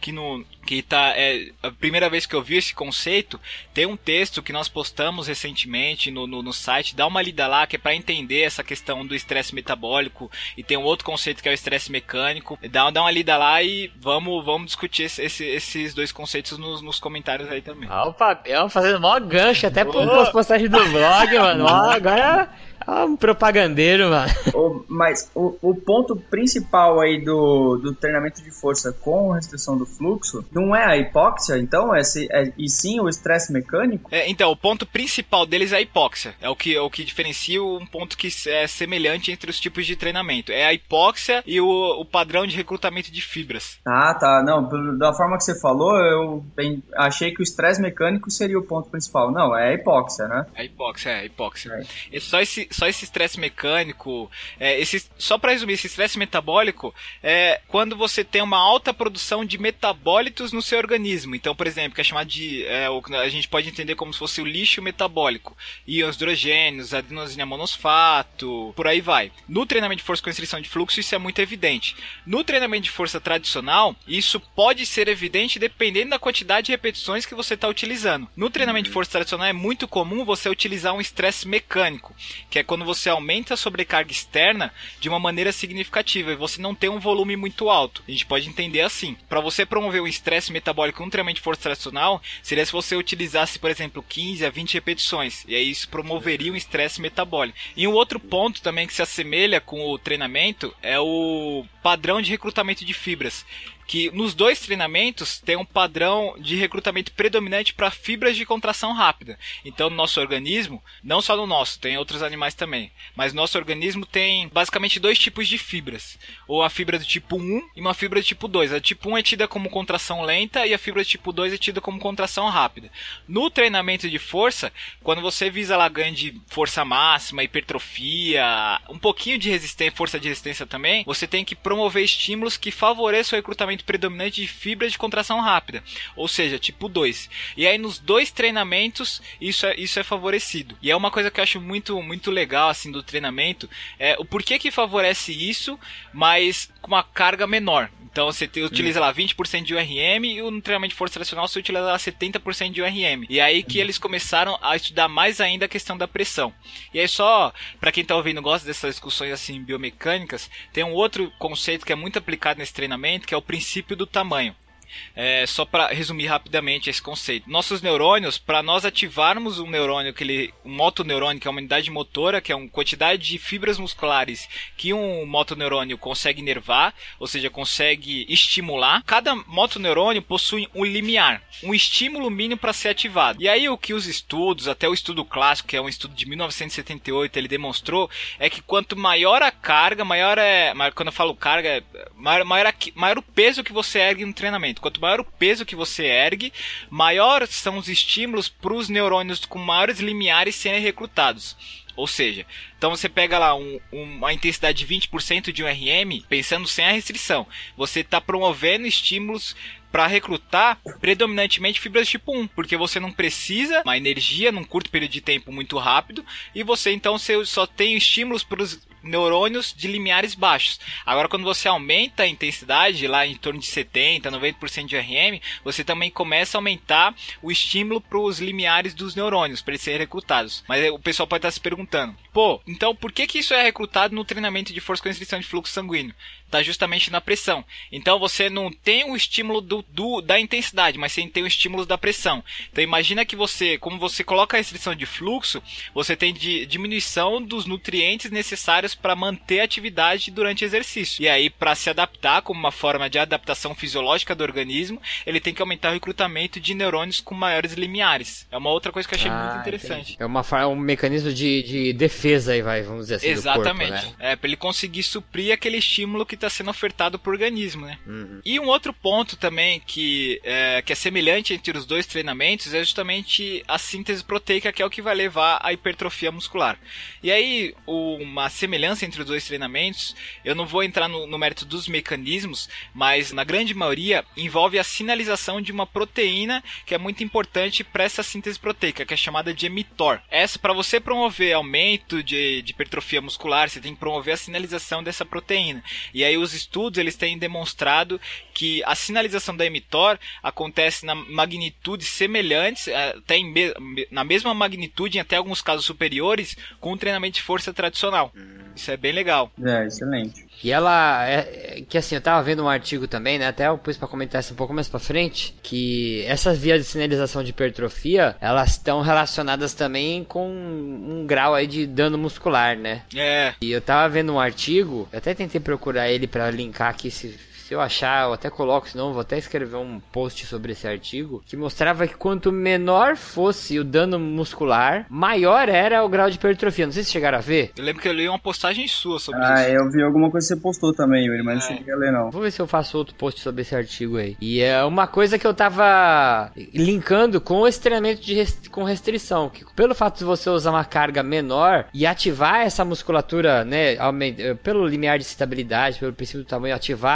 [SPEAKER 4] é a primeira vez que eu vi esse conceito, tem um texto que nós postamos recentemente no site, dá uma lida lá, que é para entender essa questão do estresse metabólico, e tem um outro conceito que é o estresse mecânico. Dá uma lida lá e vamos discutir esses dois conceitos nos comentários aí também.
[SPEAKER 3] O Fabião fazendo maior gancho até por postagem do blog, mano. Agora um propagandeiro, mano.
[SPEAKER 5] Mas o ponto principal aí do treinamento de força com restrição do fluxo não é a hipóxia, então? E sim o estresse mecânico?
[SPEAKER 4] Então, o ponto principal deles é a hipóxia. É o que diferencia um ponto que é semelhante entre os tipos de treinamento. É a hipóxia e o padrão de recrutamento de fibras.
[SPEAKER 5] Ah, tá. Não, da forma que você falou, eu achei que o estresse mecânico seria o ponto principal. Não, é a hipóxia, né?
[SPEAKER 4] É a hipóxia. Só esse estresse mecânico, só para resumir, esse estresse metabólico é quando você tem uma alta produção de metabólitos no seu organismo. Então, por exemplo, que é chamado de, a gente pode entender como se fosse o lixo metabólico, íons hidrogênios, adenosina monosfato, por aí vai. No treinamento de força com restrição de fluxo, isso é muito evidente. No treinamento de força tradicional, isso pode ser evidente dependendo da quantidade de repetições que você está utilizando. No treinamento de força tradicional é muito comum você utilizar um estresse mecânico, que é quando você aumenta a sobrecarga externa de uma maneira significativa e você não tem um volume muito alto. A gente pode entender assim. Para você promover um estresse metabólico com um treinamento de força tradicional, seria se você utilizasse, por exemplo, 15 a 20 repetições. E aí isso promoveria um estresse metabólico. E um outro ponto também que se assemelha com o treinamento é o padrão de recrutamento de fibras. Que nos dois treinamentos tem um padrão de recrutamento predominante para fibras de contração rápida. Então no nosso organismo, não só no nosso, tem outros animais também, mas nosso organismo tem basicamente dois tipos de fibras. Ou a fibra do tipo 1 e uma fibra do tipo 2. A tipo 1 é tida como contração lenta e a fibra do tipo 2 é tida como contração rápida. No treinamento de força, quando você visa lá ganho de força máxima, hipertrofia, um pouquinho de resistência, força de resistência também, você tem que promover estímulos que favoreçam o recrutamento predominante de fibras de contração rápida, ou seja, tipo 2. E aí nos dois treinamentos isso é favorecido. E é uma coisa que eu acho muito legal assim do treinamento, é o porquê que favorece isso, mas com uma carga menor. Então você utiliza lá 20% de URM e no treinamento de força tradicional você utiliza lá 70% de URM. E aí que eles começaram a estudar mais ainda a questão da pressão. E aí só, para quem tá ouvindo e gosta dessas discussões assim biomecânicas, tem um outro conceito que é muito aplicado nesse treinamento, que é o princípio do tamanho. Só para resumir rapidamente esse conceito. Nossos neurônios, para nós ativarmos um neurônio, um motoneurônio, que é uma unidade motora, que é uma quantidade de fibras musculares que um motoneurônio consegue inervar, ou seja, consegue estimular, cada motoneurônio possui um limiar, um estímulo mínimo para ser ativado. E aí o que os estudos, até o estudo clássico, que é um estudo de 1978, ele demonstrou, é que quanto maior a carga, quando eu falo carga, maior o peso que você ergue no treinamento. Quanto maior o peso que você ergue, maior são os estímulos para os neurônios com maiores limiares serem recrutados. Ou seja, então você pega lá uma intensidade de 20% de URM, pensando sem a restrição. Você está promovendo estímulos para recrutar predominantemente fibras tipo 1, porque você não precisa uma energia num curto período de tempo muito rápido, e você então só tem estímulos para os neurônios de limiares baixos. Agora, quando você aumenta a intensidade, lá em torno de 70%, 90% de URM, você também começa a aumentar o estímulo para os limiares dos neurônios, para eles serem recrutados. Mas o pessoal pode estar se perguntando, então por que isso é recrutado no treinamento de força com restrição de fluxo sanguíneo? Está justamente na pressão. Então você não tem o estímulo da intensidade, mas você tem o estímulo da pressão. Então imagina que como você coloca a restrição de fluxo, você tem diminuição dos nutrientes necessários para manter a atividade durante o exercício. E aí, para se adaptar como uma forma de adaptação fisiológica do organismo, ele tem que aumentar o recrutamento de neurônios com maiores limiares. É uma outra coisa que eu achei muito interessante.
[SPEAKER 3] Entendi. É um mecanismo de defesa aí, vamos dizer assim.
[SPEAKER 4] Exatamente.
[SPEAKER 3] Do corpo, né?
[SPEAKER 4] Para ele conseguir suprir aquele estímulo que está sendo ofertado para o organismo, né? E um outro ponto também que é semelhante entre os dois treinamentos é justamente a síntese proteica, que é o que vai levar à hipertrofia muscular. E aí, uma semelhança entre os dois treinamentos, eu não vou entrar no mérito dos mecanismos, mas na grande maioria envolve a sinalização de uma proteína que é muito importante para essa síntese proteica, que é chamada de mTOR. Para você promover aumento de hipertrofia muscular, você tem que promover a sinalização dessa proteína. E aí os estudos eles têm demonstrado que a sinalização da mTOR acontece na magnitudes semelhantes, até na mesma magnitude, em até alguns casos superiores, com o treinamento de força tradicional. Isso é bem legal.
[SPEAKER 5] Excelente.
[SPEAKER 3] E ela que assim, eu tava vendo um artigo também, né, até depois pra comentar isso um pouco mais pra frente, que essas vias de sinalização de hipertrofia, elas estão relacionadas também com um grau aí de dano muscular, né? E eu tava vendo um artigo, eu até tentei procurar ele pra linkar aqui, se eu achar, eu até coloco, senão eu vou até escrever um post sobre esse artigo, que mostrava que quanto menor fosse o dano muscular, maior era o grau de hipertrofia. Não sei se chegaram a ver.
[SPEAKER 4] Eu lembro que eu li uma postagem sua sobre isso.
[SPEAKER 5] Eu vi alguma coisa que você postou também, Yuri, mas não cheguei a ler, não.
[SPEAKER 3] Vou ver se eu faço outro post sobre esse artigo aí. E é uma coisa que eu tava linkando com esse treinamento com restrição, que pelo fato de você usar uma carga menor e ativar essa musculatura, né, pelo limiar de estabilidade, pelo princípio do tamanho, ativar outros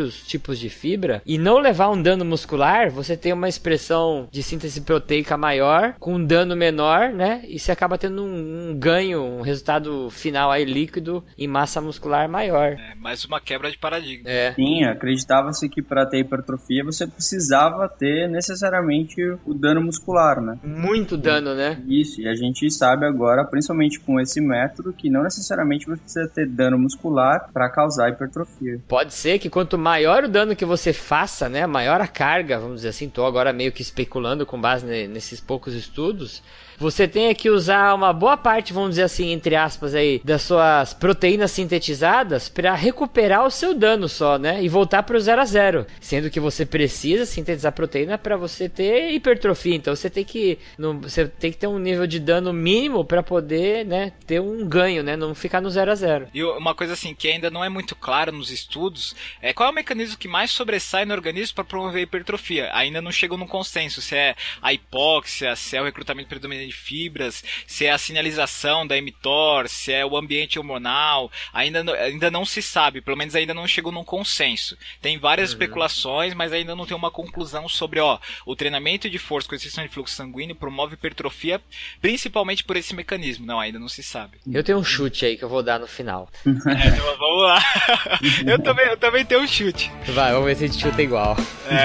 [SPEAKER 3] outros tipos de fibra e não levar um dano muscular, você tem uma expressão de síntese proteica maior, com um dano menor, né? E você acaba tendo um ganho, um resultado final aí líquido em massa muscular maior.
[SPEAKER 4] Mais uma quebra de paradigma.
[SPEAKER 5] Sim, acreditava-se que para ter hipertrofia você precisava ter necessariamente o dano muscular, né?
[SPEAKER 3] Muito dano, né?
[SPEAKER 5] Isso, e a gente sabe agora, principalmente com esse método, que não necessariamente você precisa ter dano muscular para causar hipertrofia.
[SPEAKER 3] Pode ser que quanto maior o dano que você faça, né, maior a carga, vamos dizer assim, tô agora meio que especulando com base nesses poucos estudos, você tenha que usar uma boa parte, vamos dizer assim, entre aspas aí, das suas proteínas sintetizadas para recuperar o seu dano só, né? E voltar para o 0 a 0, sendo que você precisa sintetizar proteína para você ter hipertrofia. Então você tem que ter um nível de dano mínimo para poder, né, ter um ganho, né? Não ficar no 0 a 0.
[SPEAKER 4] E uma coisa assim que ainda não é muito clara nos estudos é qual é o mecanismo que mais sobressai no organismo para promover a hipertrofia. Ainda não chegou num consenso se é a hipóxia, se é o recrutamento predominante de fibras, se é a sinalização da mTOR, se é o ambiente hormonal, ainda não se sabe, pelo menos ainda não chegou num consenso. Tem várias especulações, mas ainda não tem uma conclusão sobre, o treinamento de força com restrição de fluxo sanguíneo promove hipertrofia, principalmente por esse mecanismo. Não, ainda não se sabe.
[SPEAKER 3] Eu tenho um chute aí que eu vou dar no final.
[SPEAKER 4] Então, vamos lá. Eu também tenho um chute.
[SPEAKER 3] Vai, vamos ver se a gente chuta igual.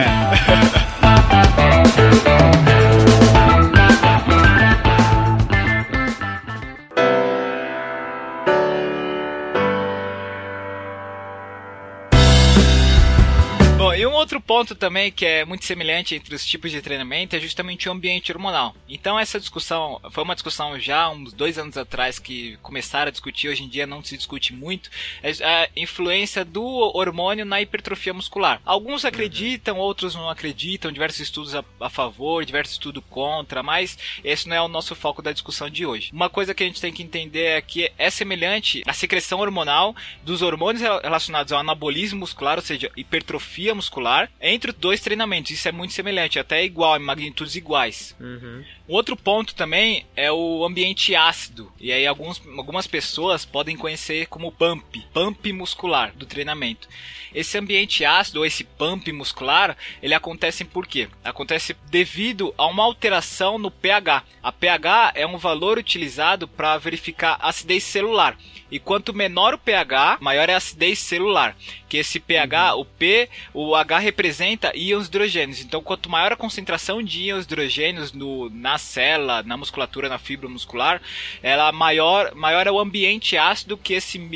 [SPEAKER 4] E um outro ponto também que é muito semelhante entre os tipos de treinamento é justamente o ambiente hormonal. Então essa discussão, foi uma discussão já uns 2 anos atrás que começaram a discutir, hoje em dia não se discute muito, é a influência do hormônio na hipertrofia muscular. Alguns acreditam, outros não acreditam, diversos estudos a favor, diversos estudos contra, mas esse não é o nosso foco da discussão de hoje. Uma coisa que a gente tem que entender é que é semelhante à secreção hormonal dos hormônios relacionados ao anabolismo muscular, ou seja, hipertrofia muscular, entre os 2 treinamentos. Isso é muito semelhante, até igual, em magnitudes iguais. Um outro ponto também é o ambiente ácido. E aí algumas pessoas podem conhecer como pump muscular do treinamento. Esse ambiente ácido, ou esse pump muscular, ele acontece por quê? Acontece devido a uma alteração no pH. A pH é um valor utilizado para verificar acidez celular. E quanto menor o pH, maior é a acidez celular. Que esse pH, o H representa íons hidrogênios. Então, quanto maior a concentração de íons hidrogênios na célula, na musculatura, na fibra muscular, maior é o ambiente ácido que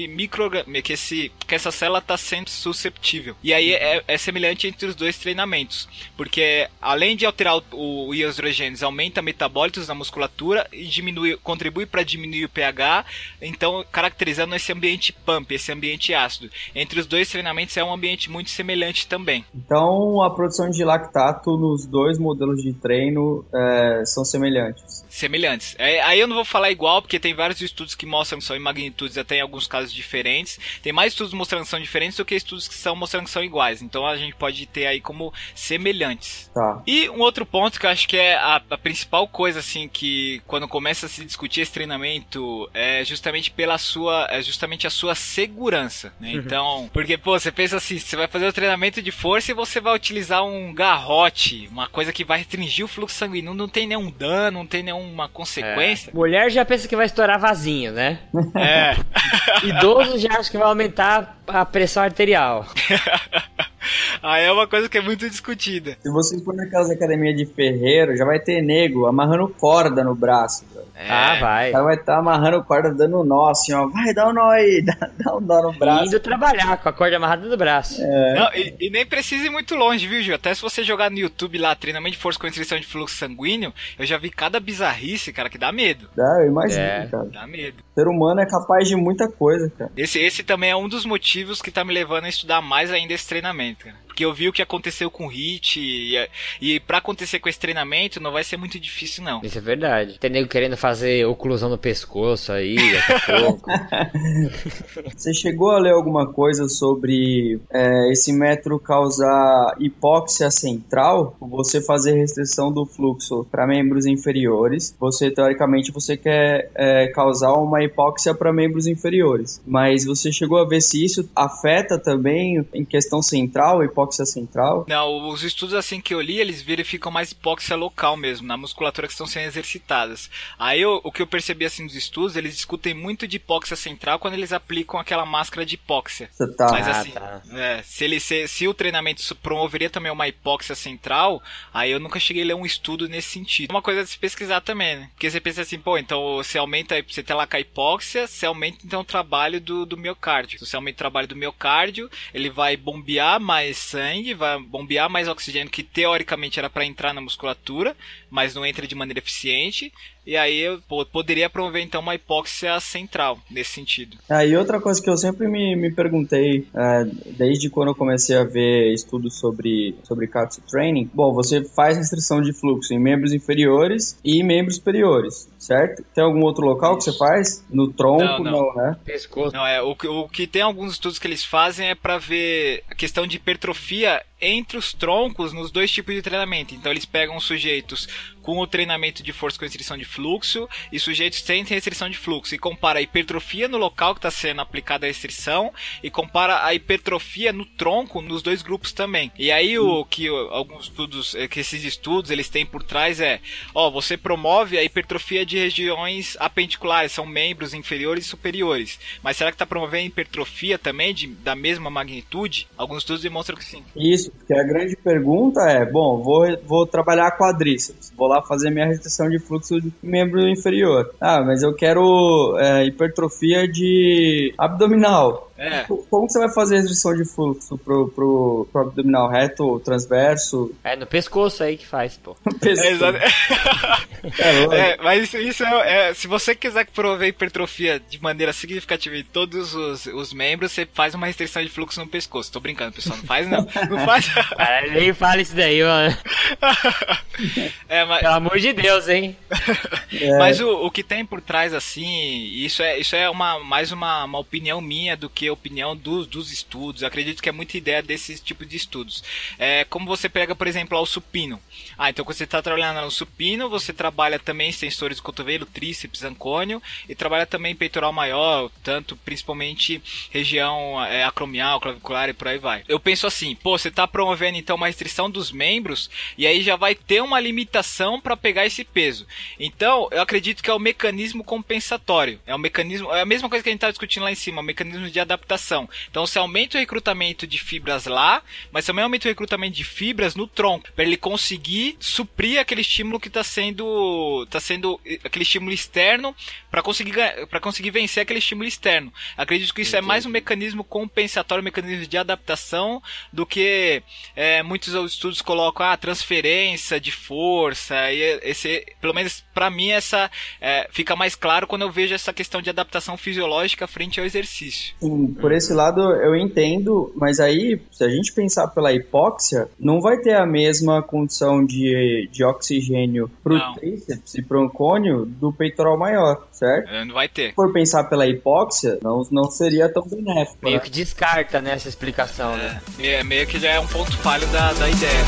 [SPEAKER 4] essa célula está sendo susceptível. E aí é semelhante entre os 2 treinamentos. Porque além de alterar o íons hidrogênios, aumenta metabólitos na musculatura e contribui para diminuir o pH. Então, caracterizando esse ambiente pump, esse ambiente ácido. Entre os 2 treinamentos é um ambiente muito semelhante também.
[SPEAKER 5] Então a produção de lactato nos 2 modelos de treino são semelhantes.
[SPEAKER 4] Semelhantes. Aí eu não vou falar igual, porque tem vários estudos que mostram que são em magnitudes até em alguns casos diferentes. Tem mais estudos mostrando que são diferentes do que estudos que são mostrando que são iguais. Então a gente pode ter aí como semelhantes.
[SPEAKER 5] Tá.
[SPEAKER 4] E um outro ponto que eu acho que é a principal coisa, assim, que quando começa a se discutir esse treinamento é justamente a sua segurança, né? Então, porque, você pensa assim, você vai fazer o treinamento de força e você vai utilizar um garrote, uma coisa que vai restringir o fluxo sanguíneo, não tem nenhum dano, não tem nenhuma consequência.
[SPEAKER 3] Mulher já pensa que vai estourar vasinho, né? Idoso já acha que vai aumentar a pressão arterial.
[SPEAKER 4] Aí é uma coisa que é muito discutida.
[SPEAKER 5] Se você for naquelas academias de ferreiro, já vai ter nego amarrando corda no braço.
[SPEAKER 3] Vai.
[SPEAKER 5] O cara vai estar amarrando corda, dando nó, assim, ó. Vai, dá um nó aí, dá um nó no braço.
[SPEAKER 3] E indo trabalhar com a corda amarrada no braço.
[SPEAKER 4] Não, e nem precisa ir muito longe, viu, Gil? Até se você jogar no YouTube lá, treinamento de força com restrição de fluxo sanguíneo, eu já vi cada bizarrice, cara, que dá medo.
[SPEAKER 5] Eu imagino, cara.
[SPEAKER 4] Dá medo.
[SPEAKER 5] O ser humano é capaz de muita coisa, cara.
[SPEAKER 4] Esse também é um dos motivos que tá me levando a estudar mais ainda esse treinamento, cara. Porque eu vi o que aconteceu com o HIIT e pra acontecer com esse treinamento não vai ser muito difícil, não.
[SPEAKER 3] Isso é verdade. Tem nego querendo fazer oclusão no pescoço aí, daqui a pouco.
[SPEAKER 5] Você chegou a ler alguma coisa sobre esse método causar hipóxia central? Você fazer restrição do fluxo para membros inferiores. Teoricamente, você quer causar uma hipóxia para membros inferiores. Mas você chegou a ver se isso afeta também em questão central, hipóxia central?
[SPEAKER 4] Não, os estudos assim que eu li, eles verificam mais hipóxia local mesmo, na musculatura que estão sendo exercitadas. Aí o que eu percebi assim dos estudos, eles discutem muito de hipóxia central quando eles aplicam aquela máscara de hipóxia.
[SPEAKER 5] Tá.
[SPEAKER 4] Mas assim, se o treinamento promoveria também uma hipóxia central, aí eu nunca cheguei a ler um estudo nesse sentido. É uma coisa de se pesquisar também, né? Porque você pensa assim, pô, então você aumenta, você tem lá com a hipóxia, você aumenta então o trabalho do miocárdio. Se você aumenta o trabalho do miocárdio, ele vai bombear mais sangue, vai bombear mais oxigênio que teoricamente era para entrar na musculatura, mas não entra de maneira eficiente. E aí eu poderia promover então uma hipóxia central nesse sentido.
[SPEAKER 5] E outra coisa que eu sempre me perguntei, desde quando eu comecei a ver estudos sobre cardio training, bom, você faz restrição de fluxo em membros inferiores e membros superiores, certo? Tem algum outro local que você faz? No tronco? Não, né?
[SPEAKER 3] Pescoço.
[SPEAKER 4] Não, o que tem alguns estudos que eles fazem é para ver a questão de hipertrofia entre os troncos nos dois tipos de treinamento. Então eles pegam sujeitos com o treinamento de força com restrição de fluxo e sujeitos sem restrição de fluxo e compara a hipertrofia no local que está sendo aplicada a restrição e compara a hipertrofia no tronco nos dois grupos também. E aí alguns estudos, que esses estudos eles têm por trás você promove a hipertrofia de regiões apendiculares, são membros inferiores e superiores. Mas será que está promovendo hipertrofia também da mesma magnitude? Alguns estudos demonstram que sim.
[SPEAKER 5] Isso, porque a grande pergunta vou trabalhar quadríceps, vou lá fazer minha restrição de fluxo de membro inferior. Mas eu quero hipertrofia de abdominal. Como você vai fazer restrição de fluxo pro abdominal reto, transverso?
[SPEAKER 3] No pescoço aí que faz, pô.
[SPEAKER 5] No pescoço.
[SPEAKER 4] Mas isso se você quiser promover hipertrofia de maneira significativa em todos os membros, você faz uma restrição de fluxo no pescoço. Tô brincando, pessoal. Não faz, não. Não faz.
[SPEAKER 3] Cara, nem fala isso daí, mano. Pelo amor de Deus, hein?
[SPEAKER 4] Mas o que tem por trás, assim, isso é mais uma opinião minha do que a opinião dos estudos. Eu acredito que é muita ideia desse tipo de estudos. Como você pega, por exemplo, o supino. Então quando você está trabalhando no supino, você trabalha também extensores do cotovelo, tríceps, ancônio, e trabalha também peitoral maior, principalmente região acromial, clavicular e por aí vai. Eu penso assim, você está promovendo então uma restrição dos membros, e aí já vai ter uma limitação para pegar esse peso. Então, eu acredito que é o mecanismo compensatório. É a mesma coisa que a gente estava discutindo lá em cima, o mecanismo de adaptação. Então, você aumenta o recrutamento de fibras lá, mas também aumenta o recrutamento de fibras no tronco, para ele conseguir suprir aquele estímulo que está sendo aquele estímulo externo, para conseguir vencer aquele estímulo externo. Acredito que isso é mais um mecanismo compensatório, um mecanismo de adaptação, do que muitos estudos colocam transferência de força. E pelo menos para mim, fica mais claro quando eu vejo essa questão de adaptação fisiológica frente ao exercício.
[SPEAKER 5] Sim, por esse lado eu entendo, mas aí, se a gente pensar pela hipóxia, não vai ter a mesma condição de oxigênio pro tríceps e pro ancônio do peitoral maior, certo?
[SPEAKER 4] Não vai ter.
[SPEAKER 5] Se for pensar pela hipóxia, não seria tão benéfico.
[SPEAKER 3] Meio que descarta, né, essa explicação, né?
[SPEAKER 4] Meio que já é um ponto falho da ideia.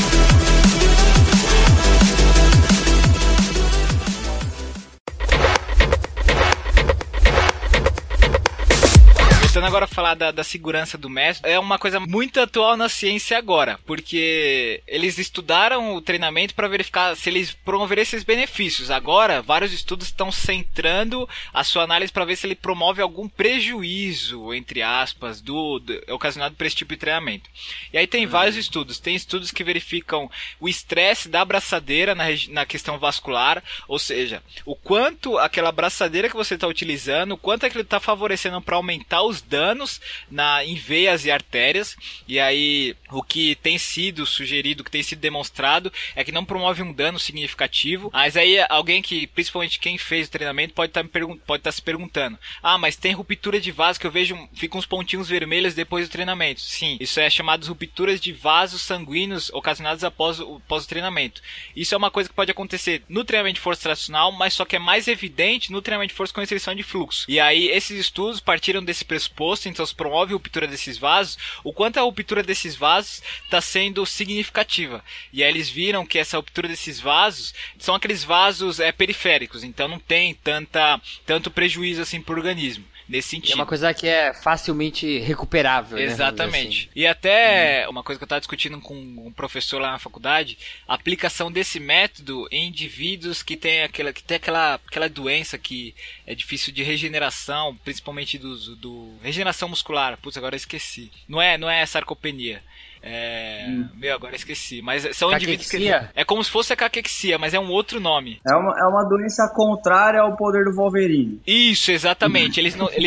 [SPEAKER 4] Voltando agora a falar da segurança do método, é uma coisa muito atual na ciência agora, porque eles estudaram o treinamento para verificar se eles promoverem esses benefícios. Agora, vários estudos estão centrando a sua análise para ver se ele promove algum prejuízo, entre aspas, ocasionado por esse tipo de treinamento. E aí tem vários estudos. Tem estudos que verificam o estresse da abraçadeira na questão vascular, ou seja, o quanto aquela abraçadeira que você está utilizando, o quanto é que ele está favorecendo para aumentar os danos danos em veias e artérias, e aí o que tem sido sugerido, o que tem sido demonstrado é que não promove um dano significativo. Mas aí alguém que, principalmente quem fez o treinamento, pode estar se perguntando: mas tem ruptura de vaso que eu vejo, ficam uns pontinhos vermelhos depois do treinamento. Sim, isso é chamado de rupturas de vasos sanguíneos ocasionadas após o treinamento. Isso é uma coisa que pode acontecer no treinamento de força tradicional, mas só que é mais evidente no treinamento de força com restrição de fluxo. E aí esses estudos partiram desse pressuposto, então se promove a ruptura desses vasos, o quanto a ruptura desses vasos está sendo significativa. E aí eles viram que essa ruptura desses vasos são aqueles vasos periféricos, então não tem tanto prejuízo assim para o organismo. Nesse sentido.
[SPEAKER 3] É uma coisa que é facilmente recuperável.
[SPEAKER 4] Exatamente.
[SPEAKER 3] Né, assim.
[SPEAKER 4] E até uma coisa que eu estava discutindo com um professor lá na faculdade, a aplicação desse método em indivíduos que tem aquela doença que é difícil de regeneração, principalmente do regeneração muscular. Putz, agora eu esqueci. Não é sarcopenia. Agora eu esqueci. Mas são indivíduos que... É como se fosse a caquexia, mas é um outro nome.
[SPEAKER 5] É uma doença contrária ao poder do Wolverine.
[SPEAKER 4] Isso, exatamente. Eles não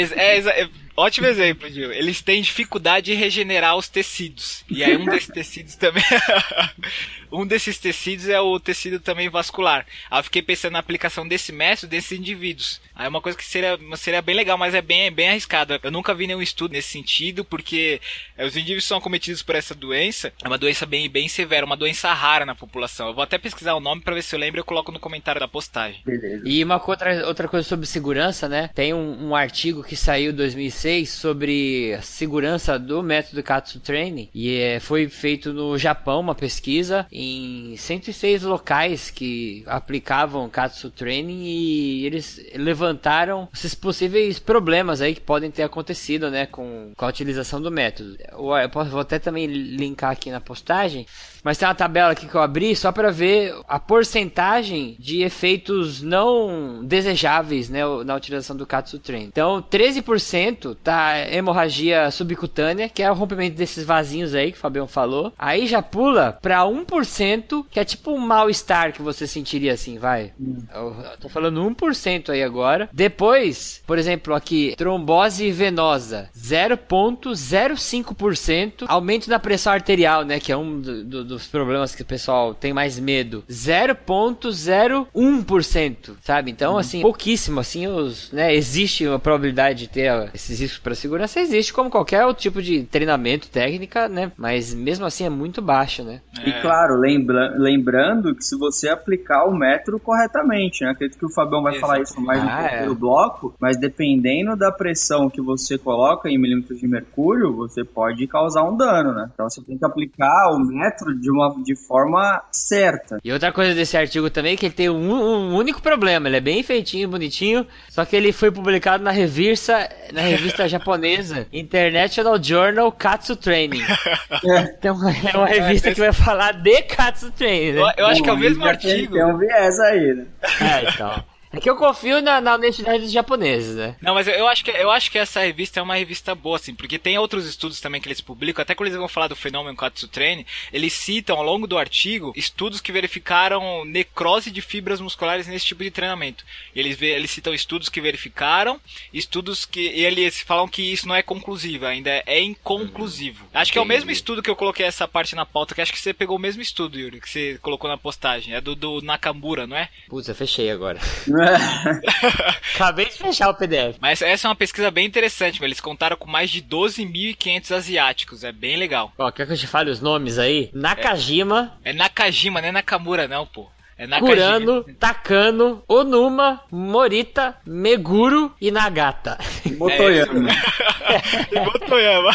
[SPEAKER 4] ótimo exemplo, Gil. Eles têm dificuldade de regenerar os tecidos. E aí um desses tecidos também... um desses tecidos é o tecido também vascular. Aí eu fiquei pensando na aplicação desse método desses indivíduos. Aí é uma coisa que seria bem legal, mas é bem arriscado. Eu nunca vi nenhum estudo nesse sentido, porque os indivíduos são acometidos por essa doença. É uma doença bem severa, uma doença rara na população. Eu vou até pesquisar o nome pra ver se eu lembro e eu coloco no comentário da postagem.
[SPEAKER 5] Beleza.
[SPEAKER 3] E uma outra coisa sobre segurança, né? Tem um artigo que saiu em 2006 sobre a segurança do método Katsu Training. E foi feito no Japão uma pesquisa em 106 locais que aplicavam Katsu Training, e eles levantaram esses possíveis problemas aí que podem ter acontecido, né, com a utilização do método. Vou até também linkar aqui na postagem, mas tem uma tabela aqui que eu abri só para ver a porcentagem de efeitos não desejáveis, né, na utilização do Katsu Training. Então, 13% tá hemorragia subcutânea, que é o rompimento desses vasinhos aí que o Fabião falou. Aí já pula para 1%, que é tipo um mal-estar que você sentiria assim, vai. Eu tô falando 1% aí agora. Depois, por exemplo, aqui, trombose venosa, 0,05%. Aumento da pressão arterial, né, que é um dos problemas que o pessoal tem mais medo, 0,01%, sabe? Então, assim, pouquíssimo, assim, existe uma probabilidade de ter esses riscos para segurança, existe como qualquer outro tipo de treinamento, técnica, né? Mas mesmo assim é muito baixo, né?
[SPEAKER 5] E claro, lembrando que se você aplicar o método corretamente, né? Acredito que o Fabião vai falar isso mais no terceiro bloco, mas dependendo da pressão que você coloca em milímetros de mercúrio, você pode causar um dano, né? Então você tem que aplicar o método de forma certa.
[SPEAKER 3] E outra coisa desse artigo também é que ele tem um único problema, ele é bem feitinho, bonitinho, só que ele foi publicado na revista japonesa International Journal Katsu Training. Então é uma revista que vai falar de Katsu Training, né?
[SPEAKER 4] Eu acho que é o mesmo artigo.
[SPEAKER 5] Tem um viés aí, né?
[SPEAKER 3] Então. É que eu confio na honestidade dos japoneses, né?
[SPEAKER 4] Não, mas eu acho que essa revista é uma revista boa, assim, porque tem outros estudos também que eles publicam, até quando eles vão falar do fenômeno Katsu Training, eles citam ao longo do artigo estudos que verificaram necrose de fibras musculares nesse tipo de treinamento. Eles citam estudos que verificaram, estudos que eles falam que isso não é conclusivo, ainda é inconclusivo. Acho que é o mesmo estudo que eu coloquei essa parte na pauta, que acho que você pegou o mesmo estudo, Yuri, que você colocou na postagem. É do Nakamura, não é?
[SPEAKER 3] Putz, eu fechei agora. Acabei de fechar o PDF.
[SPEAKER 4] Mas essa é uma pesquisa bem interessante, eles contaram com mais de 12.500 asiáticos, é bem legal.
[SPEAKER 3] Ó, quer que eu te fale os nomes aí? Nakajima.
[SPEAKER 4] É Nakajima, não é Nakamura não, pô. É Nakajima.
[SPEAKER 3] Kurano, Takano, Onuma, Morita, Meguro e Nagata.
[SPEAKER 5] Motoyama.
[SPEAKER 4] Motoyama.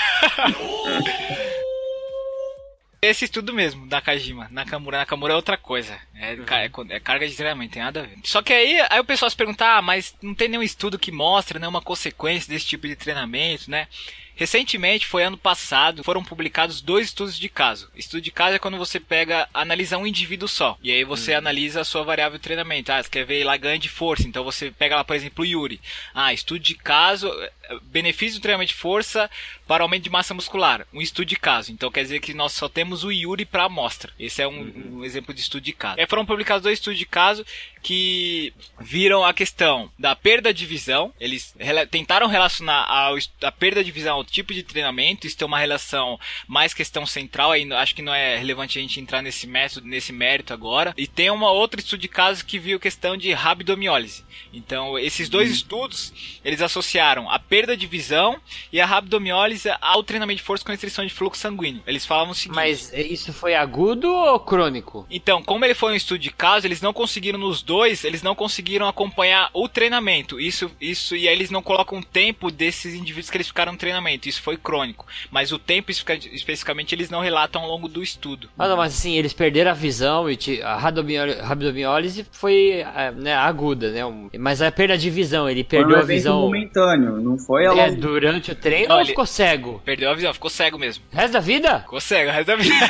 [SPEAKER 4] Esse estudo mesmo, Nakajima. Nakamura é outra coisa. É carga de treinamento, tem nada a ver. Só que aí o pessoal se pergunta, mas não tem nenhum estudo que mostra nenhuma consequência desse tipo de treinamento, né? Recentemente, foi ano passado, foram publicados 2 estudos de caso. Estudo de caso é quando você analisa um indivíduo só. E aí você analisa a sua variável de treinamento. Você quer ver lá ganho de força. Então você pega lá, por exemplo, o Yuri. Estudo de caso, benefício do treinamento de força para aumento de massa muscular. Um estudo de caso. Então quer dizer que nós só temos o Yuri para amostra. Esse é um exemplo de estudo de caso. Foram publicados 2 estudos de caso que viram a questão da perda de visão. Eles tentaram relacionar a perda de visão ao tipo de treinamento. Isso tem uma relação mais questão central. Aí acho que não é relevante a gente entrar nesse método, nesse mérito agora. E tem uma outra estudo de caso que viu questão de rabdomiólise. Então esses 2 estudos, eles associaram a perda de visão e a rabdomiólise ao treinamento de força com restrição de fluxo sanguíneo. Eles falavam o seguinte...
[SPEAKER 3] Mas isso foi agudo ou crônico?
[SPEAKER 4] Então, como ele foi um estudo de caso, eles não conseguiram nos 2, eles não conseguiram acompanhar o treinamento. Isso, e aí eles não colocam o tempo desses indivíduos que eles ficaram no treinamento. Isso foi crônico. Mas o tempo, especificamente, eles não relatam ao longo do estudo.
[SPEAKER 3] Não, mas assim, eles perderam a visão e a rabdomiólise foi aguda, né? Mas a perda de visão, ele perdeu a visão...
[SPEAKER 5] momentâneo, não foi a longo...
[SPEAKER 3] Durante o treino ou ficou cego?
[SPEAKER 4] Perdeu a visão, ficou cego mesmo.
[SPEAKER 3] Resto da vida?
[SPEAKER 4] Ficou cego, resto da vida.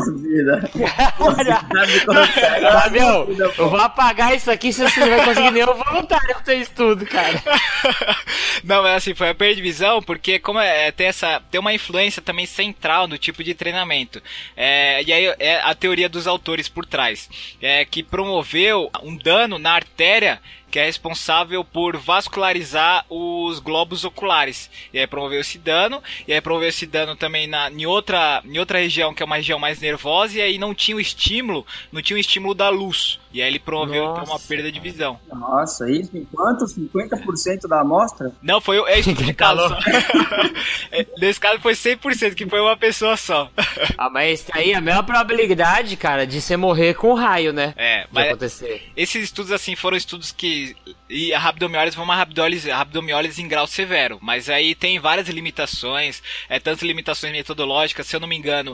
[SPEAKER 3] Fabião, eu vou apagar isso aqui se você não vai conseguir nenhum voluntário pro seu estudo, cara.
[SPEAKER 4] Não, mas assim, foi a perda de visão porque como tem uma influência também central no tipo de treinamento. E aí é a teoria dos autores por trás. Que promoveu um dano na artéria que é responsável por vascularizar os globos oculares. E aí promoveu esse dano, também em outra região, que é uma região mais nervosa, e aí não tinha o estímulo da luz. E aí ele promoveu então, uma perda de visão.
[SPEAKER 5] Nossa, isso em quanto? 50% da amostra?
[SPEAKER 4] Não, foi estudo de caso só. Nesse caso foi 100%, que foi uma pessoa só.
[SPEAKER 3] Mas aí a mesma probabilidade, cara, de você morrer com raio, né?
[SPEAKER 4] Vai
[SPEAKER 3] acontecer.
[SPEAKER 4] Esses estudos, assim, foram estudos que... E a rabdomiólise foi uma rabdomiólise em grau severo. Mas aí tem várias limitações, tantas limitações metodológicas. Se eu não me engano,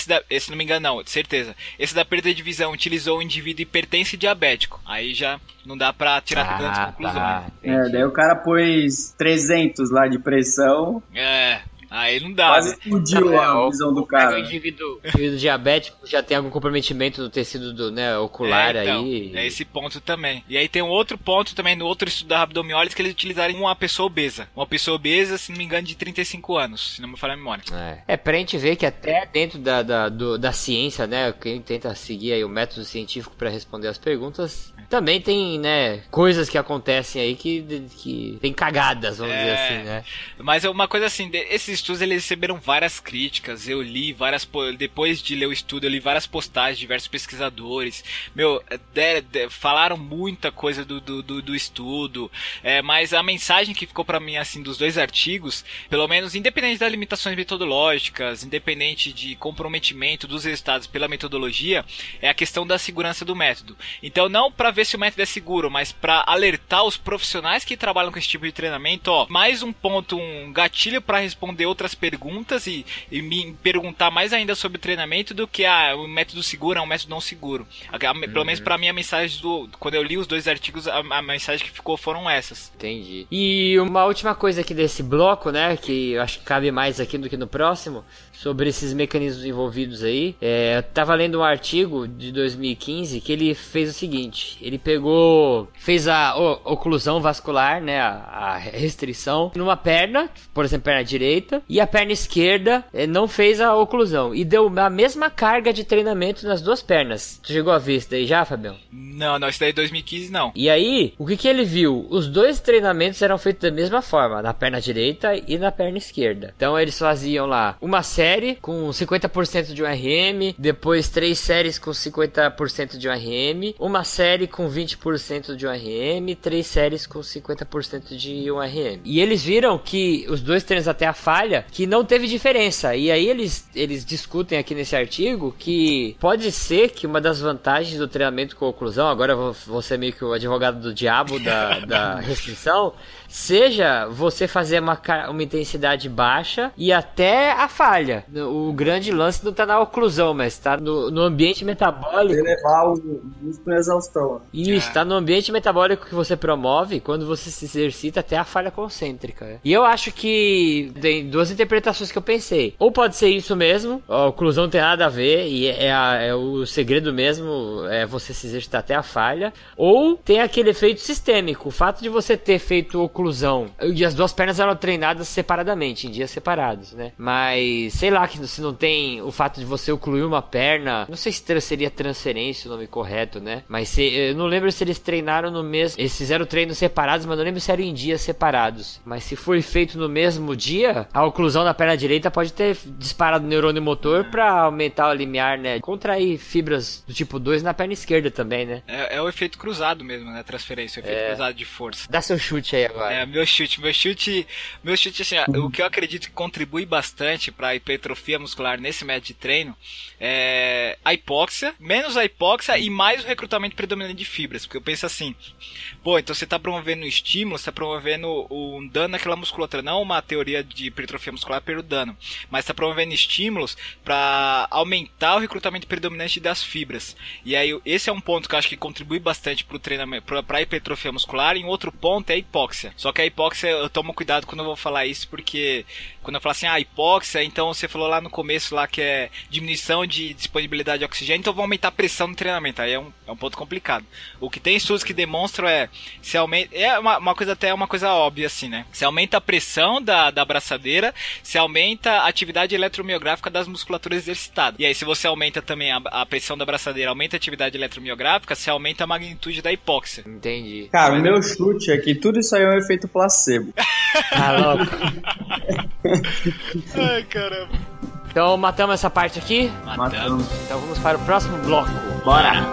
[SPEAKER 4] certeza. Esse da perda de visão utilizou um indivíduo hipertenso e diabético. Aí já não dá pra tirar grandes conclusões.
[SPEAKER 5] Daí o cara pôs 300 lá de pressão.
[SPEAKER 4] Aí não dá.
[SPEAKER 5] Quase explodiu a visão do cara.
[SPEAKER 3] O indivíduo diabético já tem algum comprometimento do tecido ocular aí.
[SPEAKER 4] É esse ponto também. E aí tem um outro ponto também no outro estudo da rabdomiólise que eles utilizaram uma pessoa obesa. Uma pessoa obesa, se não me engano, de 35 anos, se não me falha a memória.
[SPEAKER 3] Pra gente ver que até dentro da ciência, né, quem tenta seguir aí o método científico para responder as perguntas, também tem, né, coisas que acontecem aí que tem cagadas, vamos dizer assim, né.
[SPEAKER 4] Mas uma coisa assim, esses estudos eles receberam várias críticas. Eu li depois de ler o estudo, eu li várias postagens de diversos pesquisadores. Falaram muita coisa do estudo. Mas a mensagem que ficou pra mim, assim, dos 2 artigos, pelo menos independente das limitações metodológicas, independente de comprometimento dos resultados pela metodologia, é a questão da segurança do método. Então, não pra ver se o método é seguro, mas pra alertar os profissionais que trabalham com esse tipo de treinamento, mais um ponto, um gatilho pra responder outras perguntas e me perguntar mais ainda sobre o treinamento do que o método seguro é um método não seguro. Pelo menos pra mim a mensagem quando eu li os 2 artigos, a mensagem que ficou foram essas.
[SPEAKER 3] Entendi. E uma última coisa aqui desse bloco, né, que eu acho que cabe mais aqui do que no próximo, sobre esses mecanismos envolvidos aí. Eu tava lendo um artigo de 2015 que ele fez o seguinte, ele fez a oclusão vascular, né, a restrição numa perna, por exemplo, perna direita, e a perna esquerda não fez a oclusão, e deu a mesma carga de treinamento nas 2 pernas. Tu chegou a ver isso daí já, Fabião?
[SPEAKER 4] Não, isso daí é 2015 não.
[SPEAKER 3] E aí, o que ele viu? Os 2 treinamentos eram feitos da mesma forma, na perna direita e na perna esquerda. Então eles faziam lá uma série com 50% de um RM, depois 3 séries com 50% de um RM, uma série com 20% de um RM, 3 séries com 50% de um RM. E eles viram que os 2 treinos até a falha, que não teve diferença. E aí eles discutem aqui nesse artigo que pode ser que uma das vantagens do treinamento com oclusão, agora eu vou ser meio que o advogado do diabo da restrição, seja você fazer uma intensidade baixa e até a falha. O grande lance não tá na oclusão, mas tá no ambiente metabólico.
[SPEAKER 5] Levar o músculo em exaustão.
[SPEAKER 3] Isso, tá no ambiente metabólico que você promove quando você se exercita até a falha concêntrica. E eu acho que duas interpretações que eu pensei. Ou pode ser isso mesmo, a oclusão não tem nada a ver, e é o segredo mesmo, é você se exercitar até a falha. Ou tem aquele efeito sistêmico, o fato de você ter feito oclusão, e as duas pernas eram treinadas separadamente, em dias separados, né? Mas, sei lá, que se não tem o fato de você ocluir uma perna, não sei se seria transferência o nome correto, né? Mas eu não lembro se eles treinaram no mesmo, eles fizeram treinos separados, mas não lembro se eram em dias separados. Mas se foi feito no mesmo dia, a oclusão na perna direita pode ter disparado o neurônio motor pra aumentar o limiar, né? Contrair fibras do tipo 2 na perna esquerda também, né?
[SPEAKER 4] É o efeito cruzado mesmo, né? Transferência, o efeito cruzado de força.
[SPEAKER 3] Dá seu chute aí agora.
[SPEAKER 4] Meu chute, assim, o que eu acredito que contribui bastante pra hipertrofia muscular nesse método de treino é a hipóxia, menos a hipóxia e mais o recrutamento predominante de fibras, porque eu penso assim, pô, então você tá promovendo um estímulo, você tá promovendo um dano naquela musculatura, não uma teoria de hipertrofia muscular pelo dano, mas tá promovendo estímulos para aumentar o recrutamento predominante das fibras. E aí esse é um ponto que eu acho que contribui bastante pro treinamento, pra hipertrofia muscular. E um outro ponto é a hipóxia. Só que a hipóxia, eu tomo cuidado quando eu vou falar isso, porque quando eu falo assim, hipóxia, então você falou lá no começo lá que é diminuição de disponibilidade de oxigênio, então vou aumentar a pressão no treinamento. Aí é um ponto complicado. O que tem estudos que demonstram se aumenta, uma coisa óbvia assim, né? Se aumenta a pressão da abraçadeira, se aumenta a atividade eletromiográfica das musculaturas exercitadas. E aí se você aumenta também a pressão da abraçadeira, aumenta a atividade eletromiográfica, se aumenta a magnitude da hipóxia.
[SPEAKER 3] Entendi.
[SPEAKER 5] Cara, o meu chute é que tudo isso aí é um efeito placebo.
[SPEAKER 3] Tá louco.
[SPEAKER 4] Ai, caramba.
[SPEAKER 3] Então matamos essa parte aqui?
[SPEAKER 4] Matamos.
[SPEAKER 3] Então vamos para o próximo bloco.
[SPEAKER 5] Bora!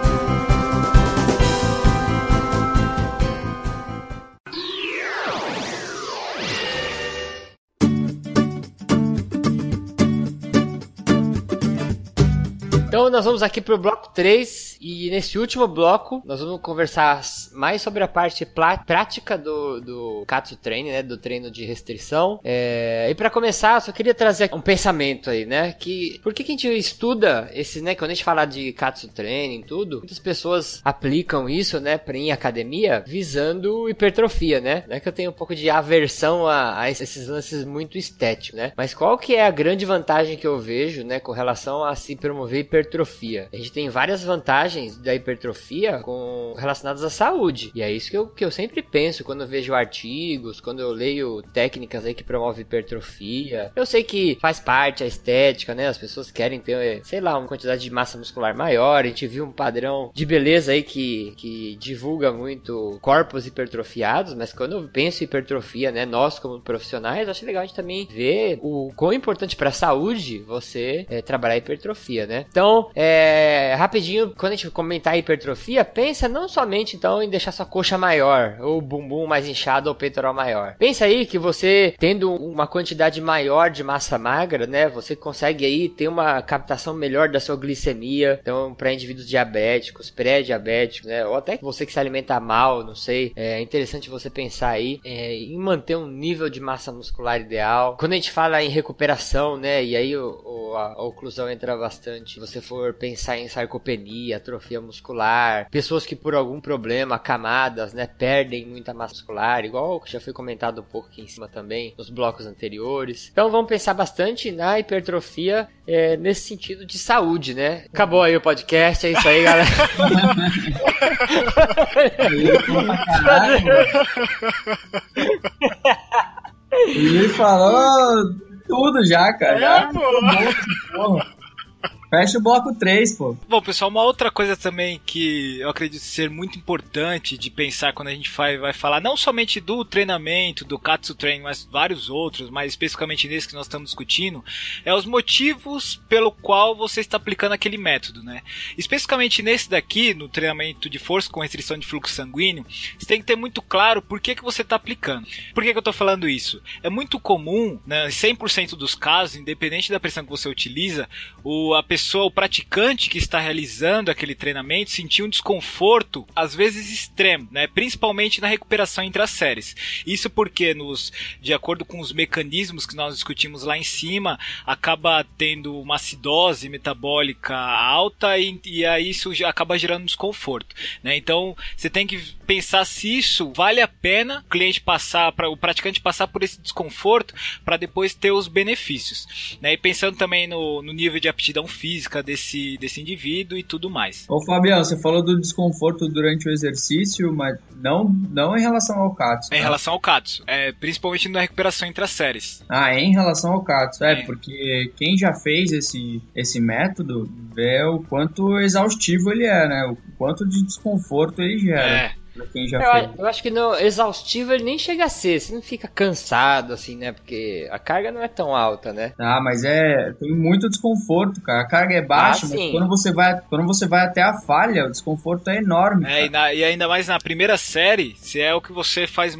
[SPEAKER 3] Então nós vamos aqui pro bloco 3 e nesse último bloco nós vamos conversar mais sobre a parte prática do Katsu Training, né, do treino de restrição. E para começar, eu só queria trazer um pensamento aí, né, que por que a gente estuda esses, né, quando a gente fala de Katsu Training e tudo, muitas pessoas aplicam isso, né, em academia visando hipertrofia, né, não é que eu tenho um pouco de aversão a esses lances muito estéticos, né, mas qual que é a grande vantagem que eu vejo, né, com relação a se promover hipertrofia? A gente tem várias vantagens da hipertrofia relacionadas à saúde. E é isso que eu sempre penso quando eu vejo artigos, quando eu leio técnicas aí que promovem hipertrofia. Eu sei que faz parte a estética, né? As pessoas querem ter, sei lá, uma quantidade de massa muscular maior. A gente viu um padrão de beleza aí que divulga muito corpos hipertrofiados, mas quando eu penso em hipertrofia, né? Nós como profissionais, acho legal a gente também ver o quão importante para a saúde você trabalhar a hipertrofia, né? Então, rapidinho, quando a gente comentar a hipertrofia, pensa não somente então em deixar sua coxa maior, ou bumbum mais inchado, ou peitoral maior. Pensa aí que você, tendo uma quantidade maior de massa magra, né, você consegue aí ter uma captação melhor da sua glicemia, então para indivíduos diabéticos, pré-diabéticos, né, ou até você que se alimenta mal, não sei, é interessante você pensar aí em manter um nível de massa muscular ideal. Quando a gente fala em recuperação, né, e aí a oclusão entra bastante, você for pensar em sarcopenia, atrofia muscular, pessoas que por algum problema, camadas, né, perdem muita massa muscular, igual já foi comentado um pouco aqui em cima também, nos blocos anteriores. Então vamos pensar bastante na hipertrofia nesse sentido de saúde, né? Acabou aí o podcast, é isso aí, galera.
[SPEAKER 5] Ele falou tudo já, cara. Porra. Fecha o bloco 3, pô.
[SPEAKER 4] Bom, pessoal, uma outra coisa também que eu acredito ser muito importante de pensar quando a gente vai falar não somente do treinamento, do Katsu Training, mas vários outros, mas especificamente nesse que nós estamos discutindo, é os motivos pelo qual você está aplicando aquele método, né? Especificamente nesse daqui, no treinamento de força com restrição de fluxo sanguíneo, você tem que ter muito claro por que você está aplicando. Por que eu estou falando isso? É muito comum, né, 100% dos casos, independente da pressão que você utiliza, a pessoa pessoa, o praticante que está realizando aquele treinamento, sentir um desconforto, às vezes extremo, né? Principalmente na recuperação entre as séries. Isso porque, de acordo com os mecanismos que nós discutimos lá em cima, acaba tendo uma acidose metabólica alta e aí isso já acaba gerando desconforto, né? Então, você tem que pensar se isso vale a pena o praticante passar por esse desconforto para depois ter os benefícios, né? E pensando também no nível de aptidão física desse indivíduo e tudo mais.
[SPEAKER 5] Ô Fabiano, você falou do desconforto durante o exercício, mas não em relação ao Katsu.
[SPEAKER 4] Em relação ao Katsu, principalmente na recuperação entre as séries.
[SPEAKER 5] Em relação ao Katsu, porque quem já fez esse método vê o quanto exaustivo ele é, né? O quanto de desconforto ele gera. Pra quem já fez.
[SPEAKER 3] Eu acho que no exaustivo ele nem chega a ser, você não fica cansado assim, né? Porque a carga não é tão alta, né?
[SPEAKER 5] Mas tem muito desconforto, cara. A carga é baixa, mas quando você vai até a falha, o desconforto é enorme.
[SPEAKER 4] E ainda mais na primeira série, se é o que você faz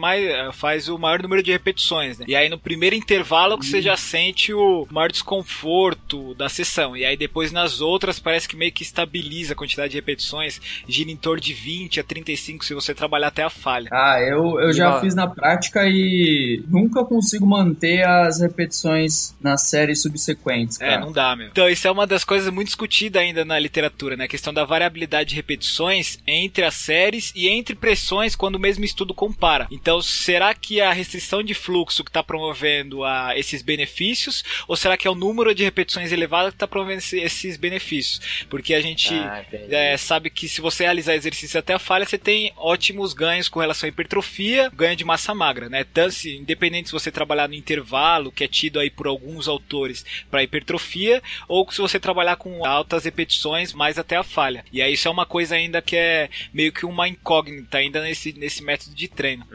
[SPEAKER 4] o maior número de repetições, né? E aí no primeiro intervalo que você já sente o maior desconforto da sessão. E aí depois nas outras parece que meio que estabiliza a quantidade de repetições, gira em torno de 20 a 35 se você trabalhar até a falha.
[SPEAKER 5] Eu já fiz na prática e nunca consigo manter as repetições nas séries subsequentes, cara.
[SPEAKER 4] Não dá, meu. Então, isso é uma das coisas muito discutidas ainda na literatura, né? A questão da variabilidade de repetições entre as séries e entre pressões quando o mesmo estudo compara. Então, será que a restrição de fluxo que está promovendo esses benefícios, ou será que é o número de repetições elevado que está promovendo esses benefícios? Porque a gente sabe que se você realizar exercício até a falha, você tem ótimos ganhos com relação à hipertrofia, ganho de massa magra, né? Tanto independente se você trabalhar no intervalo, que é tido aí por alguns autores para hipertrofia, ou se você trabalhar com altas repetições, mais até a falha. E aí isso é uma coisa ainda que é meio que uma incógnita ainda nesse método de treino.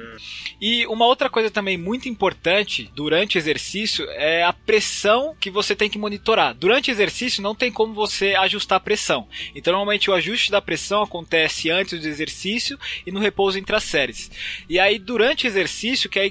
[SPEAKER 4] E uma outra coisa também muito importante durante o exercício é a pressão que você tem que monitorar. Durante o exercício não tem como você ajustar a pressão. Então normalmente o ajuste da pressão acontece antes do exercício e no repouso entre as séries. E aí durante o exercício, que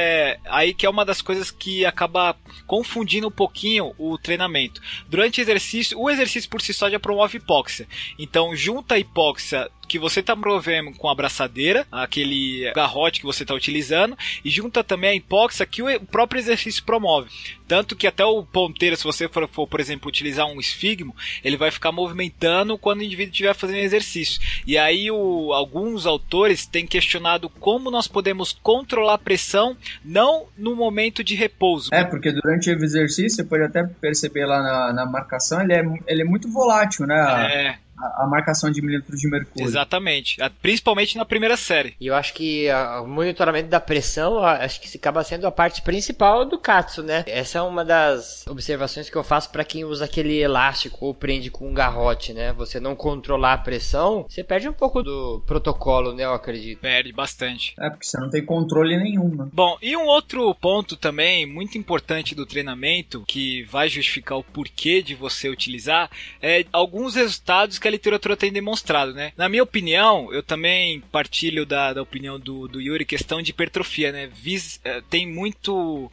[SPEAKER 4] é uma das coisas que acaba confundindo um pouquinho o treinamento. Durante o exercício por si só já promove hipóxia. Então junta a hipóxia que você está promovendo com a abraçadeira, aquele garrote que você está utilizando, e junta também a hipóxia que o próprio exercício promove. Tanto que até o ponteiro, se você for, por exemplo, utilizar um esfigmo, ele vai ficar movimentando quando o indivíduo estiver fazendo exercício. E aí alguns autores têm questionado como nós podemos controlar a pressão, não no momento de repouso.
[SPEAKER 5] Porque durante o exercício, você pode até perceber lá na marcação, ele é muito volátil, né? A marcação de milímetros de mercúrio.
[SPEAKER 4] Exatamente, principalmente na primeira série.
[SPEAKER 3] E eu acho que o monitoramento da pressão, acho que acaba sendo a parte principal do Katsu, né? Essa é uma das observações que eu faço para quem usa aquele elástico ou prende com um garrote, né? Você não controlar a pressão, você perde um pouco do protocolo, né? Eu acredito.
[SPEAKER 4] Perde bastante.
[SPEAKER 5] Porque você não tem controle nenhum, né?
[SPEAKER 4] Bom, e um outro ponto também muito importante do treinamento, que vai justificar o porquê de você utilizar, é alguns resultados que a literatura tem demonstrado, né? Na minha opinião, eu também partilho da opinião do Yuri, questão de hipertrofia, né? Tem muito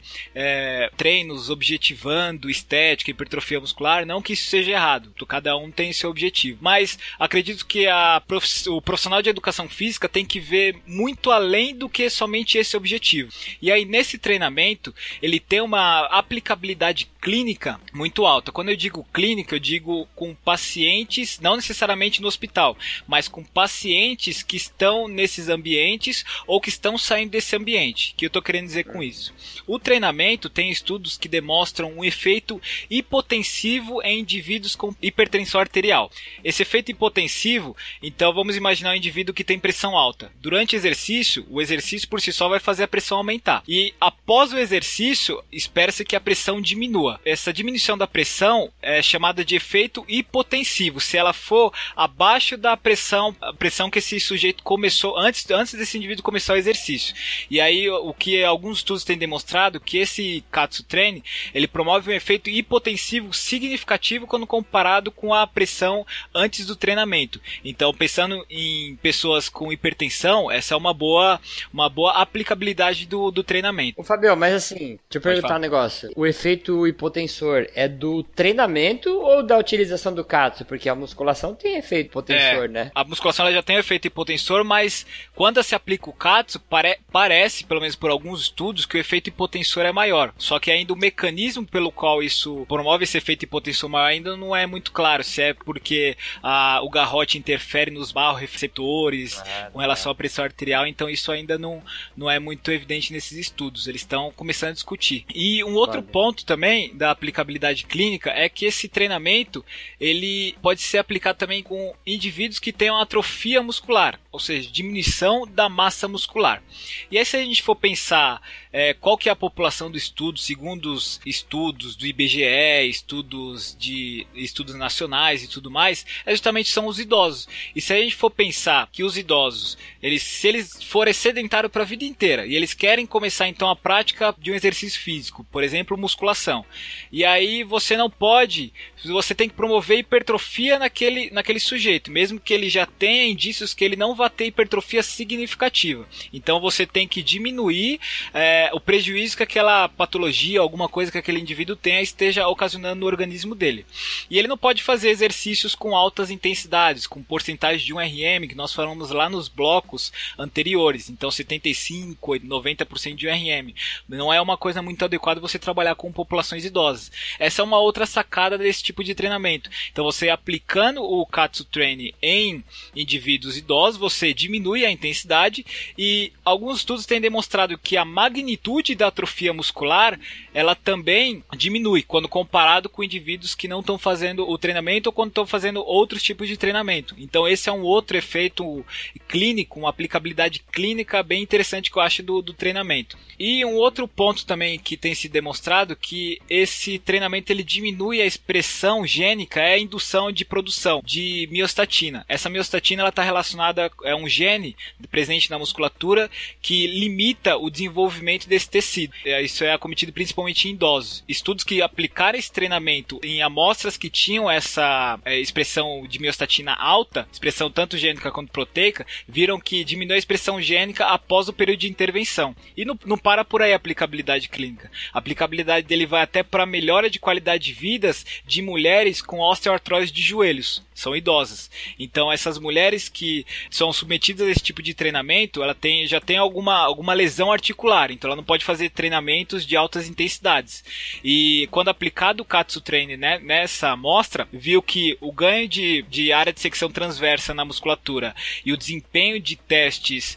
[SPEAKER 4] treinos objetivando estética, hipertrofia muscular, não que isso seja errado, cada um tem seu objetivo, mas acredito que o profissional de educação física tem que ver muito além do que somente esse objetivo. E aí nesse treinamento, ele tem uma aplicabilidade clínica muito alta. Quando eu digo clínica, eu digo com pacientes, não necessariamente no hospital, mas com pacientes que estão nesses ambientes ou que estão saindo desse ambiente. O que eu estou querendo dizer com isso? O treinamento tem estudos que demonstram um efeito hipotensivo em indivíduos com hipertensão arterial. Esse efeito hipotensivo, então vamos imaginar um indivíduo que tem pressão alta. Durante o exercício por si só vai fazer a pressão aumentar. E após o exercício, espera-se que a pressão diminua. Essa diminuição da pressão é chamada de efeito hipotensivo, se ela for for abaixo da pressão, a pressão que esse sujeito começou, antes desse indivíduo começar o exercício. E aí, o que alguns estudos têm demonstrado, que esse Katsu Training, ele promove um efeito hipotensivo significativo quando comparado com a pressão antes do treinamento. Então, pensando em pessoas com hipertensão, essa é uma boa aplicabilidade do treinamento.
[SPEAKER 3] Ô Fabio, mas assim, deixa eu perguntar um negócio. O efeito hipotensor é do treinamento ou da utilização do Katsu? Porque a musculação tem efeito hipotensor, né?
[SPEAKER 4] A musculação ela já tem efeito hipotensor, mas quando se aplica o Katsu, parece, pelo menos por alguns estudos, que o efeito hipotensor é maior. Só que ainda o mecanismo pelo qual isso promove esse efeito hipotensor maior ainda não é muito claro. Se é porque o garrote interfere nos barroreceptores com relação à pressão arterial, então isso ainda não é muito evidente nesses estudos. Eles estão começando a discutir. E um outro ponto também da aplicabilidade clínica é que esse treinamento ele pode ser aplicado também com indivíduos que tenham atrofia muscular, ou seja, diminuição da massa muscular. E aí, se a gente for pensar qual que é a população do estudo, segundo os estudos do IBGE, estudos nacionais e tudo mais, justamente são os idosos. E se a gente for pensar que os idosos, se eles forem sedentários para a vida inteira e eles querem começar então a prática de um exercício físico, por exemplo, musculação, e aí você tem que promover hipertrofia naquele sujeito, mesmo que ele já tenha indícios que ele não vai ter hipertrofia significativa. Então você tem que diminuir o prejuízo que aquela patologia, alguma coisa que aquele indivíduo tenha, esteja ocasionando no organismo dele. E ele não pode fazer exercícios com altas intensidades, com porcentagem de 1RM, que nós falamos lá nos blocos anteriores. Então 75%, 90% de 1RM. Não é uma coisa muito adequada você trabalhar com populações idosas. Essa é uma outra sacada desse tipo de treinamento. Então você aplicando o Katsu Training em indivíduos idosos, você diminui a intensidade, e alguns estudos têm demonstrado que a magnitude da atrofia muscular ela também diminui quando comparado com indivíduos que não estão fazendo o treinamento ou quando estão fazendo outros tipos de treinamento. Então esse é um outro efeito clínico, uma aplicabilidade clínica bem interessante que eu acho do treinamento. E um outro ponto também que tem se demonstrado que esse treinamento ele diminui a expressão gênica, é a indução de produção de miostatina. Essa miostatina ela está relacionada a um gene presente na musculatura que limita o desenvolvimento desse tecido. Isso é acometido principalmente em idosos. Estudos que aplicaram esse treinamento em amostras que tinham essa expressão de miostatina alta, expressão tanto gênica quanto proteica, viram que diminui a expressão gênica após o período de intervenção. E não para por aí a aplicabilidade clínica. A aplicabilidade dele vai até para a melhora de qualidade de vidas de mulheres com osteoartrose de joelhos. São idosas. Então essas mulheres que são submetidas a esse tipo de treinamento, ela já tem alguma lesão articular, então ela não pode fazer treinamentos de altas intensidades. E quando aplicado o Katsu Training, né, nessa amostra, viu que o ganho de área de secção transversa na musculatura e o desempenho de testes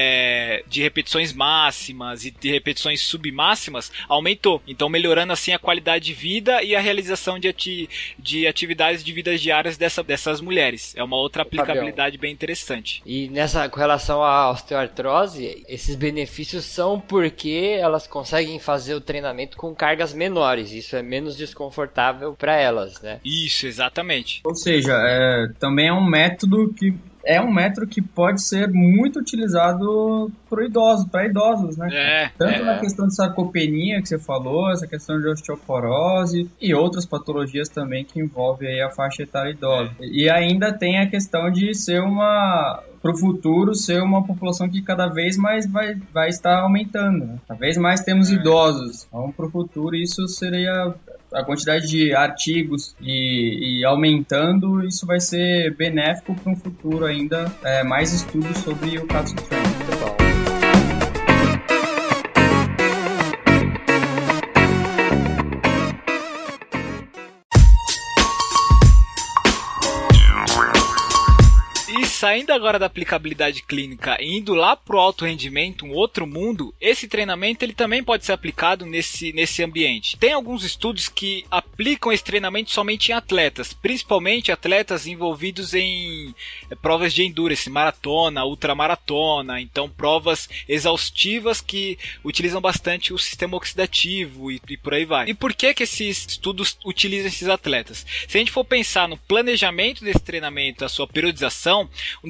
[SPEAKER 4] de repetições máximas e de repetições submáximas aumentou. Então melhorando assim a qualidade de vida e a realização de atividades de vidas diárias dessas mulheres. É uma outra aplicabilidade bem interessante.
[SPEAKER 3] E com relação à osteoartrose, esses benefícios são porque elas conseguem fazer o treinamento com cargas menores. Isso é menos desconfortável para elas, né?
[SPEAKER 4] Isso, exatamente.
[SPEAKER 5] Ou seja, também é um método que pode ser muito utilizado para idosos, né? Tanto na questão de sarcopenia que você falou, essa questão de osteoporose e outras patologias também que envolvem aí a faixa etária idosa. E ainda tem a questão de ser para o futuro ser uma população que cada vez mais vai estar aumentando, né? Cada vez mais temos idosos. Então, para o futuro, isso seria a quantidade de artigos e aumentando, isso vai ser benéfico para um futuro ainda, mais estudos sobre o Katsu Training.
[SPEAKER 4] saindo agora da aplicabilidade clínica e indo lá pro alto rendimento, um outro mundo, esse treinamento ele também pode ser aplicado nesse ambiente. Tem alguns estudos que aplicam esse treinamento somente em atletas, principalmente atletas envolvidos em provas de endurance, maratona, ultramaratona, então provas exaustivas que utilizam bastante o sistema oxidativo e por aí vai. E por que esses estudos utilizam esses atletas? Se a gente for pensar no planejamento desse treinamento, a sua periodização, uma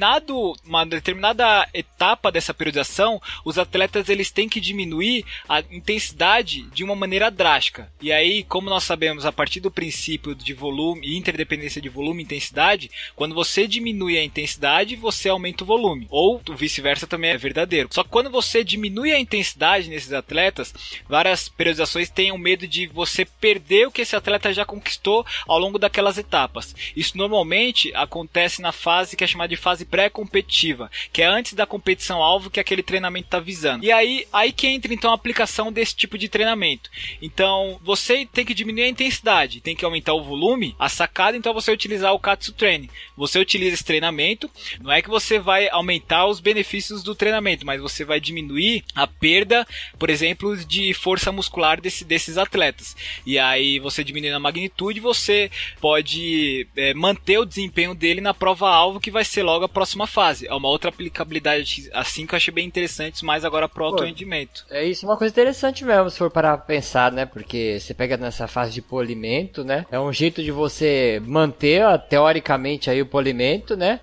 [SPEAKER 4] determinada etapa dessa periodização, os atletas eles têm que diminuir a intensidade de uma maneira drástica. E aí, como nós sabemos, a partir do princípio de volume e interdependência de volume e intensidade, quando você diminui a intensidade, você aumenta o volume. Ou o vice-versa também é verdadeiro. Só que quando você diminui a intensidade nesses atletas, várias periodizações têm o medo de você perder o que esse atleta já conquistou ao longo daquelas etapas. Isso normalmente acontece na fase que é chamada de fase pré-competitiva, que é antes da competição-alvo que aquele treinamento está visando. E aí que entra então a aplicação desse tipo de treinamento. Então, você tem que diminuir a intensidade, tem que aumentar o volume. A sacada então é você utilizar o Katsu Training. Você utiliza esse treinamento, não é que você vai aumentar os benefícios do treinamento, mas você vai diminuir a perda, por exemplo, de força muscular desses atletas. E aí, você diminuindo a magnitude, você pode manter o desempenho dele na prova-alvo, que vai ser logo a próxima fase. É uma outra aplicabilidade assim que eu achei bem interessante, mas agora pro alto rendimento.
[SPEAKER 3] É isso, uma coisa interessante mesmo, se for parar pra pensar, né? Porque você pega nessa fase de polimento, né? É um jeito de você manter, teoricamente, aí o polimento, né?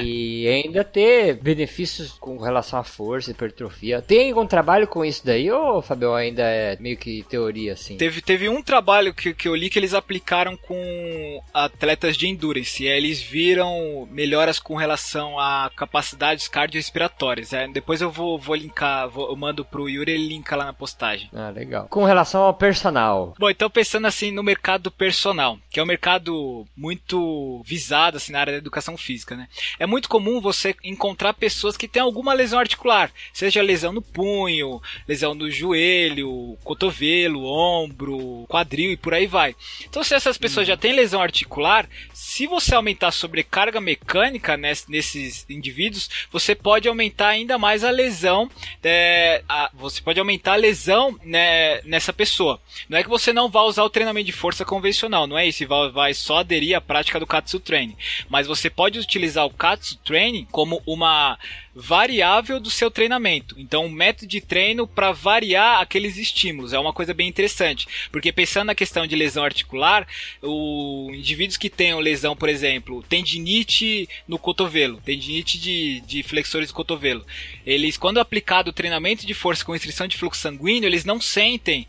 [SPEAKER 3] E ainda ter benefícios com relação à força, hipertrofia. Tem algum trabalho com isso daí, ou, Fabio, ainda é meio que teoria, assim?
[SPEAKER 4] Teve um trabalho que eu li que eles aplicaram com atletas de endurance, e aí eles viram melhoras com relação a capacidades cardiorrespiratórias. Depois eu vou linkar, eu mando pro Yuri, ele linka lá na postagem.
[SPEAKER 3] Ah, legal. Com relação ao personal.
[SPEAKER 4] Bom, então pensando assim no mercado personal, que é um mercado muito visado assim na área da educação física, né? É muito comum você encontrar pessoas que têm alguma lesão articular, seja lesão no punho, lesão no joelho, cotovelo, ombro, quadril e por aí vai. Então, se essas pessoas já têm lesão articular, se você aumentar a sobrecarga mecânica nesses indivíduos, você pode aumentar ainda mais a lesão, você pode aumentar a lesão, né, nessa pessoa. Não é que você não vai usar o treinamento de força convencional, não é isso, vai só aderir à prática do Katsu Training, mas você pode utilizar o Katsu Training como uma variável do seu treinamento. Então, um método de treino para variar aqueles estímulos é uma coisa bem interessante, porque pensando na questão de lesão articular, indivíduos que tenham lesão, por exemplo, tendinite no cotovelo, tendinite de flexores do cotovelo, eles, quando aplicado o treinamento de força com restrição de fluxo sanguíneo, eles não sentem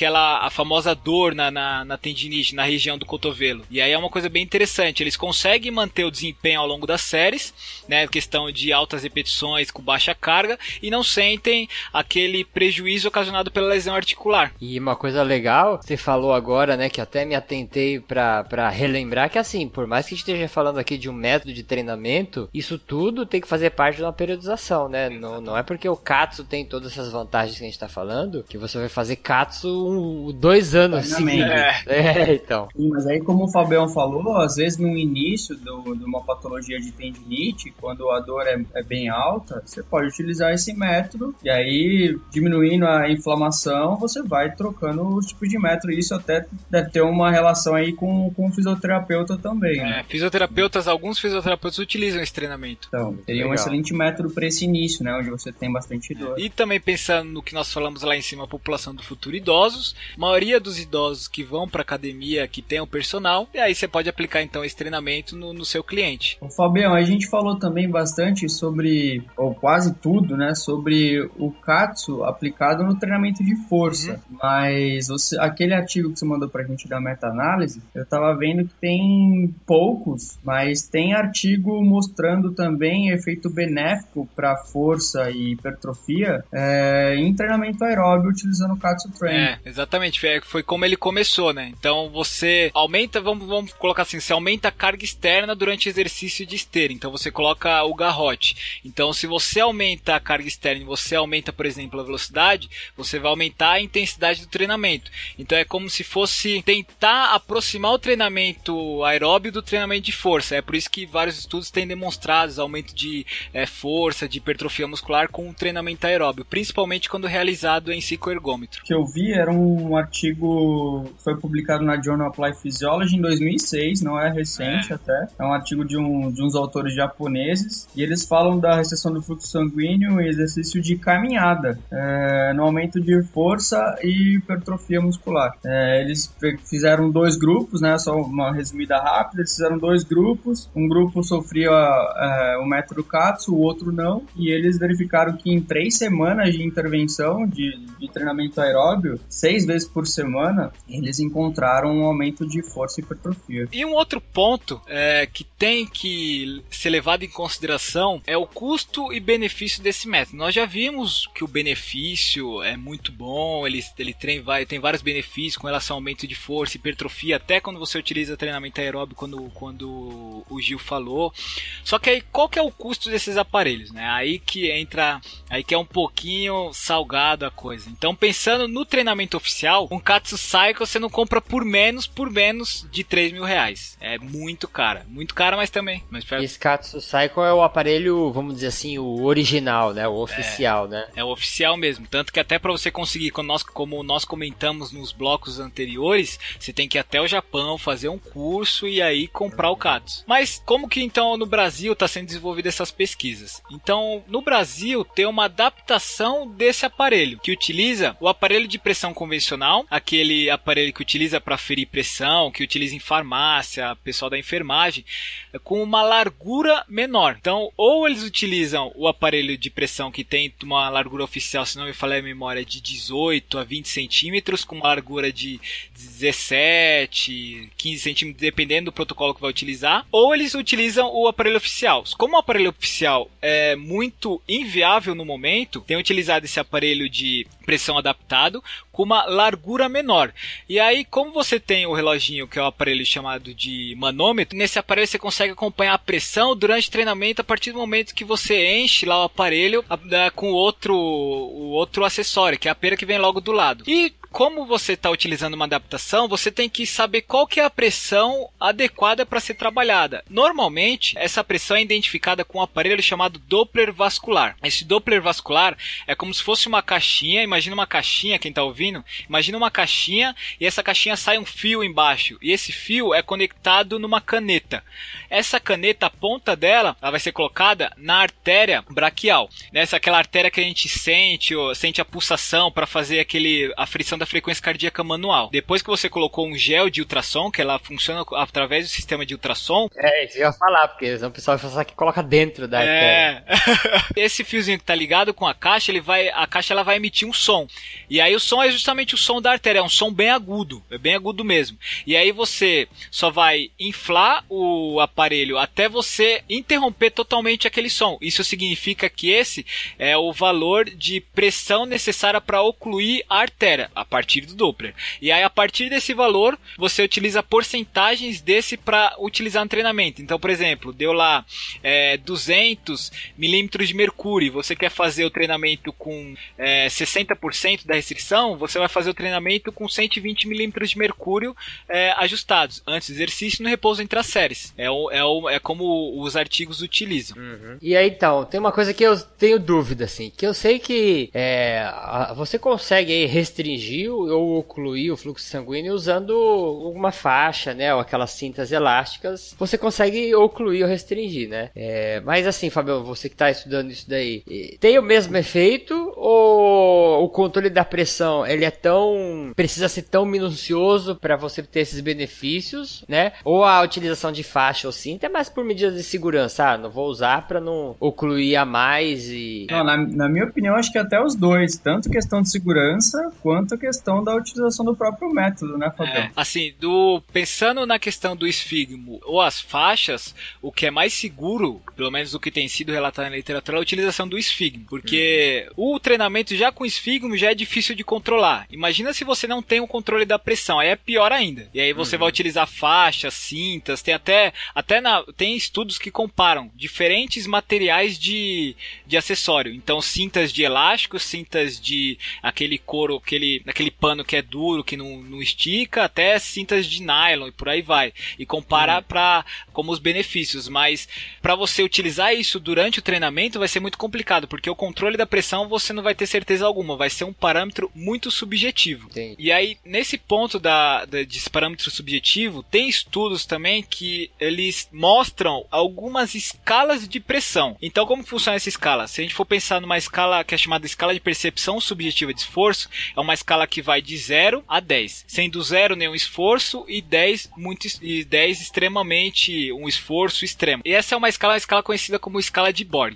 [SPEAKER 4] a famosa dor na tendinite, na região do cotovelo. E aí é uma coisa bem interessante, eles conseguem manter o desempenho ao longo das séries, né, questão de altas repetições com baixa carga, e não sentem aquele prejuízo ocasionado pela lesão articular.
[SPEAKER 3] E uma coisa legal, você falou agora, né, que até me atentei pra relembrar, que assim, por mais que a gente esteja falando aqui de um método de treinamento, isso tudo tem que fazer parte de uma periodização, né? Não é porque o Katsu tem todas essas vantagens que a gente tá falando, que você vai fazer Katsu 2 anos seguidos. Então.
[SPEAKER 5] Sim, mas aí, como o Fabião falou, às vezes no início de uma patologia de tendinite, quando a dor é bem alta, você pode utilizar esse método, e aí, diminuindo a inflamação, você vai trocando os tipos de método, e isso até deve ter uma relação aí com o fisioterapeuta também, né?
[SPEAKER 4] Alguns fisioterapeutas utilizam esse treinamento.
[SPEAKER 5] Então, seria um excelente método para esse início, né, onde você tem bastante dor.
[SPEAKER 4] E também pensando no que nós falamos lá em cima, a população do futuro idosos, a maioria dos idosos que vão para academia, que tem o personal, e aí você pode aplicar então esse treinamento no seu cliente.
[SPEAKER 5] Ô, Fabião, a gente falou também bastante sobre, ou quase tudo, né, sobre o Katsu aplicado no treinamento de força, mas aquele artigo que você mandou pra gente da meta-análise, eu tava vendo que tem poucos, mas tem artigo mostrando também efeito benéfico para força e hipertrofia em treinamento aeróbio utilizando o Katsu Training.
[SPEAKER 4] Exatamente, foi como ele começou, né? Então você aumenta, vamos colocar assim, você aumenta a carga externa durante o exercício de esteira, então você coloca o garrote. Então Então, se você aumenta a carga externa e você aumenta, por exemplo, a velocidade, você vai aumentar a intensidade do treinamento. Então, é como se fosse tentar aproximar o treinamento aeróbio do treinamento de força. É por isso que vários estudos têm demonstrado aumento de força, de hipertrofia muscular com o treinamento aeróbio, principalmente quando realizado em cicloergômetro.
[SPEAKER 5] O que eu vi era um artigo que foi publicado na Journal of Applied Physiology em 2006, não é recente até. É um artigo de uns autores japoneses e eles falam da restrição do fluxo sanguíneo e exercício de caminhada no aumento de força e hipertrofia muscular. Eles fizeram 2 grupos, né, só uma resumida rápida, eles fizeram 2 grupos, um grupo sofria o método Katsu, o outro não, e eles verificaram que em 3 semanas de intervenção de treinamento aeróbio, 6 vezes por semana, eles encontraram um aumento de força e hipertrofia.
[SPEAKER 4] E um outro ponto que tem que ser levado em consideração é o custo e benefício desse método. Nós já vimos que o benefício é muito bom, ele tem vários benefícios com relação ao aumento de força, hipertrofia, até quando você utiliza treinamento aeróbio, quando o Gil falou. Só que aí, qual que é o custo desses aparelhos, né? Aí que é um pouquinho salgado a coisa. Então, pensando no treinamento oficial, um Katsu Cycle você não compra por menos de 3 mil reais. É muito cara, mas também.
[SPEAKER 3] Esse Katsu Cycle é o aparelho, vamos dizer assim, o original, né? O oficial, né?
[SPEAKER 4] É o oficial mesmo. Tanto que até para você conseguir, como nós comentamos nos blocos anteriores, você tem que ir até o Japão, fazer um curso e aí comprar o Katsu. Mas como que então no Brasil está sendo desenvolvida essas pesquisas? Então, no Brasil tem uma adaptação desse aparelho, que utiliza o aparelho de pressão convencional, aquele aparelho que utiliza para ferir pressão, que utiliza em farmácia, pessoal da enfermagem, com uma largura menor. Então, ou eles utilizam o aparelho de pressão que tem uma largura oficial, se não me falha a memória, de 18 a 20 centímetros, com uma largura de 17, 15 centímetros, dependendo do protocolo que vai utilizar, ou eles utilizam o aparelho oficial. Como o aparelho oficial é muito inviável no momento, tem utilizado esse aparelho de pressão adaptado com uma largura menor. E aí, como você tem o reloginho, que é o aparelho chamado de manômetro, nesse aparelho você consegue acompanhar a pressão durante o treinamento a partir do momento que você enche lá o aparelho com o outro acessório, que é a pera que vem logo do lado. E como você está utilizando uma adaptação, você tem que saber qual que é a pressão adequada para ser trabalhada. Normalmente, essa pressão é identificada com um aparelho chamado Doppler vascular. Esse Doppler vascular é como se fosse uma caixinha, imagina uma caixinha, quem está ouvindo, imagina uma caixinha e essa caixinha sai um fio embaixo e esse fio é conectado numa caneta. Essa caneta, a ponta dela, ela vai ser colocada na artéria braquial. Aquela artéria que a gente sente a pulsação para fazer a frição da frequência cardíaca manual. Depois que você colocou um gel de ultrassom, que ela funciona através do sistema de ultrassom.
[SPEAKER 3] Isso eu ia falar, porque senão o pessoal vai falar que coloca dentro da artéria.
[SPEAKER 4] Esse fiozinho que tá ligado com a caixa, a caixa ela vai emitir um som. E aí o som é justamente o som da artéria, é um som bem agudo, é bem agudo mesmo. E aí você só vai inflar o aparelho até você interromper totalmente aquele som. Isso significa que esse é o valor de pressão necessária para ocluir a artéria, a partir do Doppler. E aí, a partir desse valor, você utiliza porcentagens desse para utilizar no treinamento. Então, por exemplo, deu lá 200 milímetros de mercúrio. Você quer fazer o treinamento com 60% da restrição, você vai fazer o treinamento com 120 milímetros de mercúrio ajustados, antes do exercício, no repouso entre as séries. É como os artigos utilizam.
[SPEAKER 3] Uhum. E aí, então, tem uma coisa que eu tenho dúvida, assim, que eu sei que você consegue aí restringir ou ocluir o fluxo sanguíneo usando alguma faixa, né, ou aquelas cintas elásticas, você consegue ocluir ou restringir, né? Mas assim, Fabio, você que está estudando isso daí, tem o mesmo efeito ou o controle da pressão, ele precisa ser tão minucioso para você ter esses benefícios, né? Ou a utilização de faixa ou cinta é mais por medidas de segurança, não vou usar para não ocluir a mais e...
[SPEAKER 5] Não, na minha opinião, acho que até os dois, tanto questão de segurança quanto a questão da utilização do próprio método, né, Fabio?
[SPEAKER 4] Assim, pensando na questão do esfigmo ou as faixas, o que é mais seguro, pelo menos o que tem sido relatado na literatura, é a utilização do esfigmo, porque o treinamento treinamento já com esfígmo já é difícil de controlar. Imagina se você não tem o controle da pressão, aí é pior ainda. E aí você vai utilizar faixas, cintas, tem estudos que comparam diferentes materiais de acessório. Então cintas de elástico, cintas de aquele couro, aquele pano que é duro, que não estica, até cintas de nylon e por aí vai. E compara como os benefícios, mas para você utilizar isso durante o treinamento vai ser muito complicado, porque o controle da pressão você não vai ter certeza alguma, vai ser um parâmetro muito subjetivo.
[SPEAKER 3] Entendi.
[SPEAKER 4] E aí, nesse ponto desse parâmetro subjetivo, tem estudos também que eles mostram algumas escalas de pressão. Então, como funciona essa escala? Se a gente for pensar numa escala que é chamada escala de percepção subjetiva de esforço, é uma escala que vai de 0 a 10, sendo 0 nenhum esforço e 10 extremamente um esforço extremo. E essa é uma escala conhecida como escala de Borg.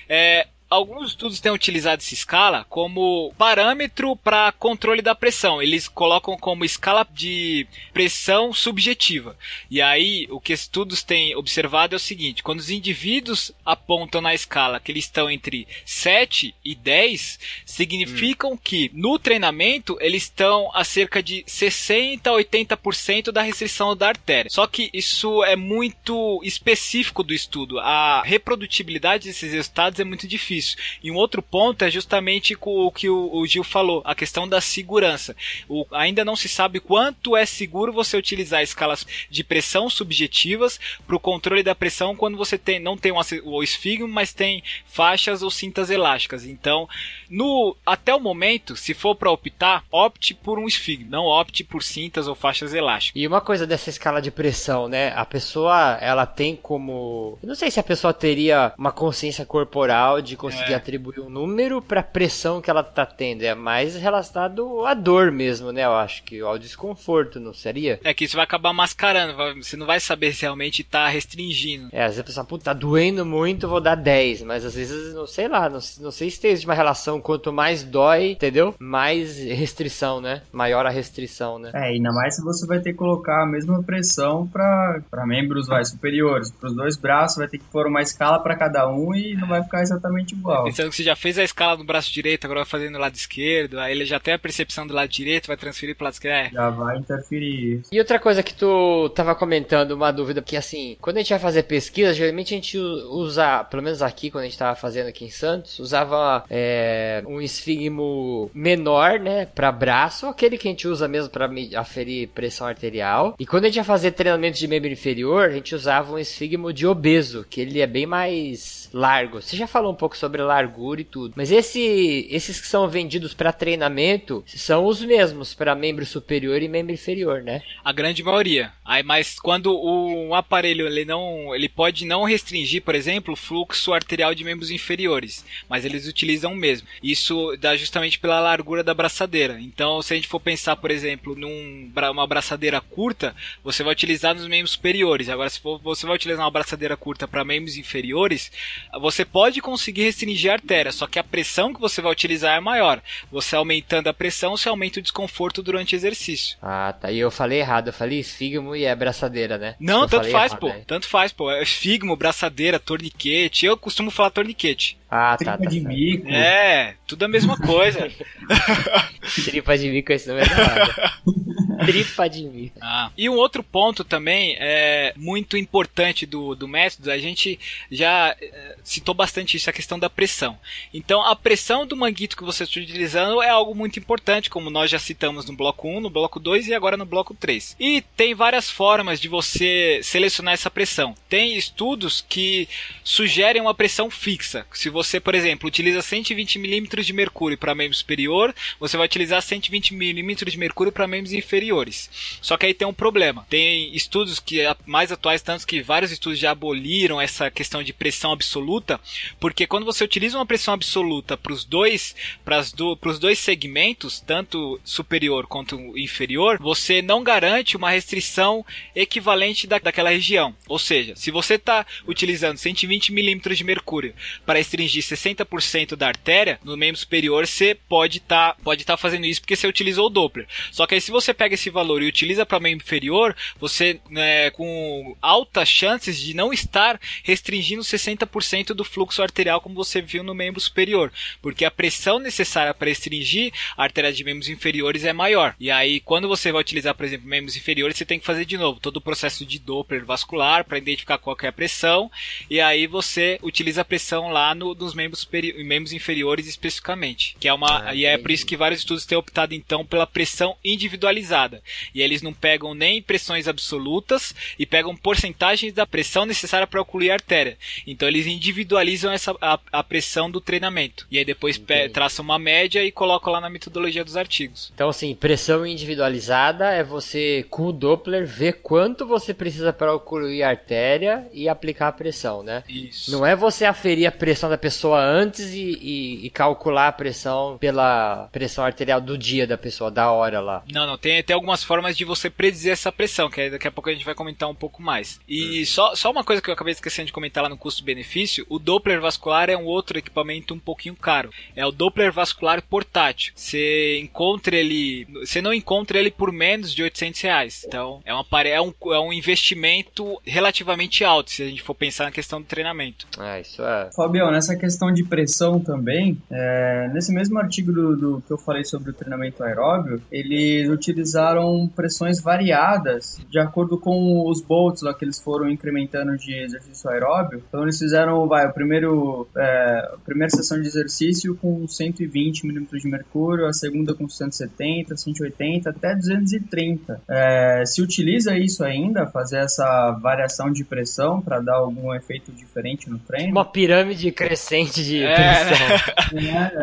[SPEAKER 4] Alguns estudos têm utilizado essa escala como parâmetro para controle da pressão. Eles colocam como escala de pressão subjetiva. E aí, o que estudos têm observado é o seguinte: quando os indivíduos apontam na escala que eles estão entre 7 e 10, significam que no treinamento eles estão a cerca de 60 a 80% da restrição da artéria. Só que isso é muito específico do estudo. A reprodutibilidade desses resultados é muito difícil. E um outro ponto é justamente o que o Gil falou, a questão da segurança. Ainda não se sabe quanto é seguro você utilizar escalas de pressão subjetivas para o controle da pressão quando você não tem o esfígmo, mas tem faixas ou cintas elásticas. Então, até o momento, se for para optar, opte por um esfígmo, não opte por cintas ou faixas elásticas.
[SPEAKER 3] E uma coisa dessa escala de pressão, né? A pessoa, ela tem como... Eu não sei se a pessoa teria uma consciência corporal de conseguir atribuir um número para a pressão que ela tá tendo. É mais relacionado à dor mesmo, né? Eu acho que ao desconforto, não seria?
[SPEAKER 4] É que isso vai acabar mascarando. Você não vai saber se realmente tá restringindo.
[SPEAKER 3] Às vezes a pessoa, puta, tá doendo muito, vou dar 10. Mas às vezes, não sei lá, não sei se tem uma relação, quanto mais dói, entendeu? Mais restrição, né? Maior a restrição, né?
[SPEAKER 5] Ainda mais se você vai ter que colocar a mesma pressão para membros superiores. Para os dois braços vai ter que pôr uma escala para cada um e não vai ficar exatamente igual.
[SPEAKER 4] Pensando que você já fez a escala no braço direito, agora vai fazer no lado esquerdo, aí ele já tem a percepção do lado direito, vai transferir pro lado esquerdo.
[SPEAKER 5] Já vai interferir.
[SPEAKER 3] E outra coisa que tu tava comentando, uma dúvida, que assim, quando a gente vai fazer pesquisa, geralmente a gente usa, pelo menos aqui, quando a gente tava fazendo aqui em Santos, usava um esfígmo menor, né, pra braço, aquele que a gente usa mesmo pra aferir pressão arterial. E quando a gente ia fazer treinamento de membro inferior, a gente usava um esfígmo de obeso, que ele é bem mais largo. Você já falou um pouco sobre largura e tudo, mas esses que são vendidos para treinamento são os mesmos para membro superior e membro inferior, né?
[SPEAKER 4] A grande maioria. Mas quando um aparelho ele pode não restringir, por exemplo, o fluxo arterial de membros inferiores, mas eles utilizam o mesmo. Isso dá justamente pela largura da braçadeira. Então, se a gente for pensar, por exemplo, numa braçadeira curta, você vai utilizar nos membros superiores. Agora, se você vai utilizar uma braçadeira curta para membros inferiores, você pode conseguir restringir a artéria, só que a pressão que você vai utilizar é maior. Você aumentando a pressão, você aumenta o desconforto durante o exercício.
[SPEAKER 3] Ah, tá. E eu falei errado, eu falei esfígmo e é braçadeira, né?
[SPEAKER 4] Não, tanto faz, pô. Tanto faz, pô. É esfígmo, braçadeira, torniquete. Eu costumo falar torniquete.
[SPEAKER 3] Ah, tá.
[SPEAKER 5] Tripa de mico.
[SPEAKER 4] Tudo a mesma coisa.
[SPEAKER 3] Tripa de mico, esse nome é errado. Tripa de mico.
[SPEAKER 4] E um outro ponto também é muito importante do método, a gente já citou bastante isso, a questão da pressão. Então, a pressão do manguito que você está utilizando é algo muito importante, como nós já citamos no bloco 1, no bloco 2 e agora no bloco 3. E tem várias formas de você selecionar essa pressão. Tem estudos que sugerem uma pressão fixa. Se você, por exemplo, utiliza 120 mm de mercúrio para membro superior, você vai utilizar 120 mm de mercúrio para membros inferiores. Só que aí tem um problema. Tem estudos mais atuais, tanto que vários estudos já aboliram essa questão de pressão absoluta, porque quando você utiliza uma pressão absoluta para os dois segmentos, tanto superior quanto inferior, você não garante uma restrição equivalente daquela região. Ou seja, se você está utilizando 120 mm de mercúrio para restringir 60% da artéria, no membro superior você pode estar fazendo isso porque você utilizou o Doppler. Só que aí se você pega esse valor e utiliza para membro inferior, você, com altas chances de não estar restringindo 60% do fluxo arterial como você viu no membro superior, porque a pressão necessária para restringir a artéria de membros inferiores é maior. E aí, quando você vai utilizar, por exemplo, membros inferiores, você tem que fazer de novo todo o processo de Doppler vascular para identificar qual que é a pressão, e aí você utiliza a pressão lá nos membros inferiores especificamente, que é e é por isso que vários estudos têm optado então pela pressão individualizada, e eles não pegam nem pressões absolutas e pegam porcentagens da pressão necessária para ocluir a artéria, então eles individualizam a pressão do treinamento, e aí depois traçam uma média e colocam lá na metodologia dos artigos.
[SPEAKER 3] Então assim, pressão individualizada é você com o Doppler ver quanto você precisa para ocluir a artéria e aplicar a pressão, né?
[SPEAKER 4] Isso.
[SPEAKER 3] Não é você aferir a pressão da pessoa antes e calcular a pressão pela pressão arterial do dia da pessoa, da hora lá.
[SPEAKER 4] Não, tem algumas formas de você predizer essa pressão, que daqui a pouco a gente vai comentar um pouco mais. E só uma coisa que eu acabei esquecendo de comentar lá no custo-benefício, o Doppler vascular é um outro equipamento um pouquinho caro. É o Doppler vascular portátil. Você não encontra ele por menos de R$800. Então, é um investimento relativamente alto, se a gente for pensar na questão do treinamento.
[SPEAKER 3] Isso é...
[SPEAKER 5] Fabião, nessa questão de pressão também, nesse mesmo artigo do que eu falei sobre o treinamento aeróbio, eles utilizaram pressões variadas de acordo com os bolts lá que eles foram incrementando de exercício aeróbio. Então eles fizeram, a primeira sessão de exercício com 120 milímetros de mercúrio, a segunda com 170, 180, até 230. Se utiliza isso ainda, fazer essa variação de pressão para dar algum efeito diferente no treino?
[SPEAKER 3] Uma pirâmide crescente de pressão.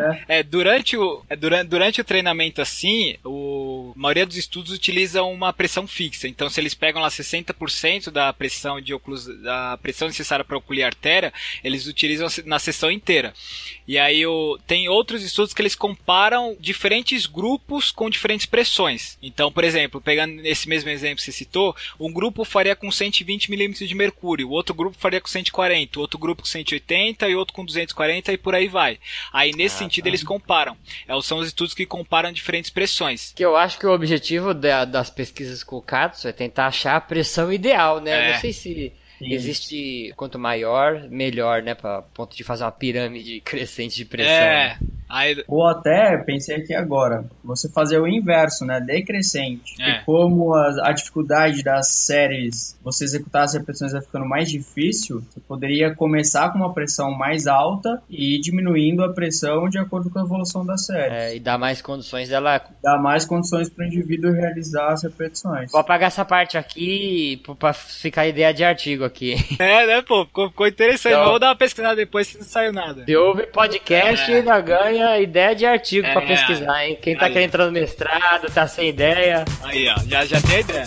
[SPEAKER 4] Durante o treinamento assim, a maioria dos estudos utiliza uma pressão fixa. Então, se eles pegam lá 60% da pressão necessária para ocluir a artéria, eles utilizam na sessão inteira. E aí tem outros estudos que eles comparam diferentes grupos com diferentes pressões. Então, por exemplo, pegando esse mesmo exemplo que você citou, um grupo faria com 120 milímetros de mercúrio, o outro grupo faria com 140, o outro grupo com 180 e outro com 240 e por aí vai. Aí, nesse sentido, eles comparam. São os estudos que comparam diferentes pressões.
[SPEAKER 3] Que eu acho que o objetivo das pesquisas com o Katsu é tentar achar a pressão ideal, né? Não sei se existe quanto maior, melhor, né? Para ponto de fazer uma pirâmide crescente de pressão. Né?
[SPEAKER 5] Ou até, pensei aqui agora, você fazer o inverso, né? Decrescente. E como a dificuldade das séries, você executar as repetições vai ficando mais difícil, você poderia começar com uma pressão mais alta e ir diminuindo a pressão de acordo com a evolução da série.
[SPEAKER 3] E dar mais condições dela...
[SPEAKER 5] Dar mais condições para o indivíduo realizar as repetições.
[SPEAKER 3] Vou apagar essa parte aqui para ficar ideia de artigo aqui.
[SPEAKER 4] Né, pô? Ficou interessante. Então, vou dar uma pesquisada depois se não saiu nada.
[SPEAKER 3] Se ouve podcast e ainda ganha ideia de artigo pra pesquisar, hein? Quem tá querendo entrar no mestrado, tá sem ideia.
[SPEAKER 4] Aí, ó, já tem a ideia.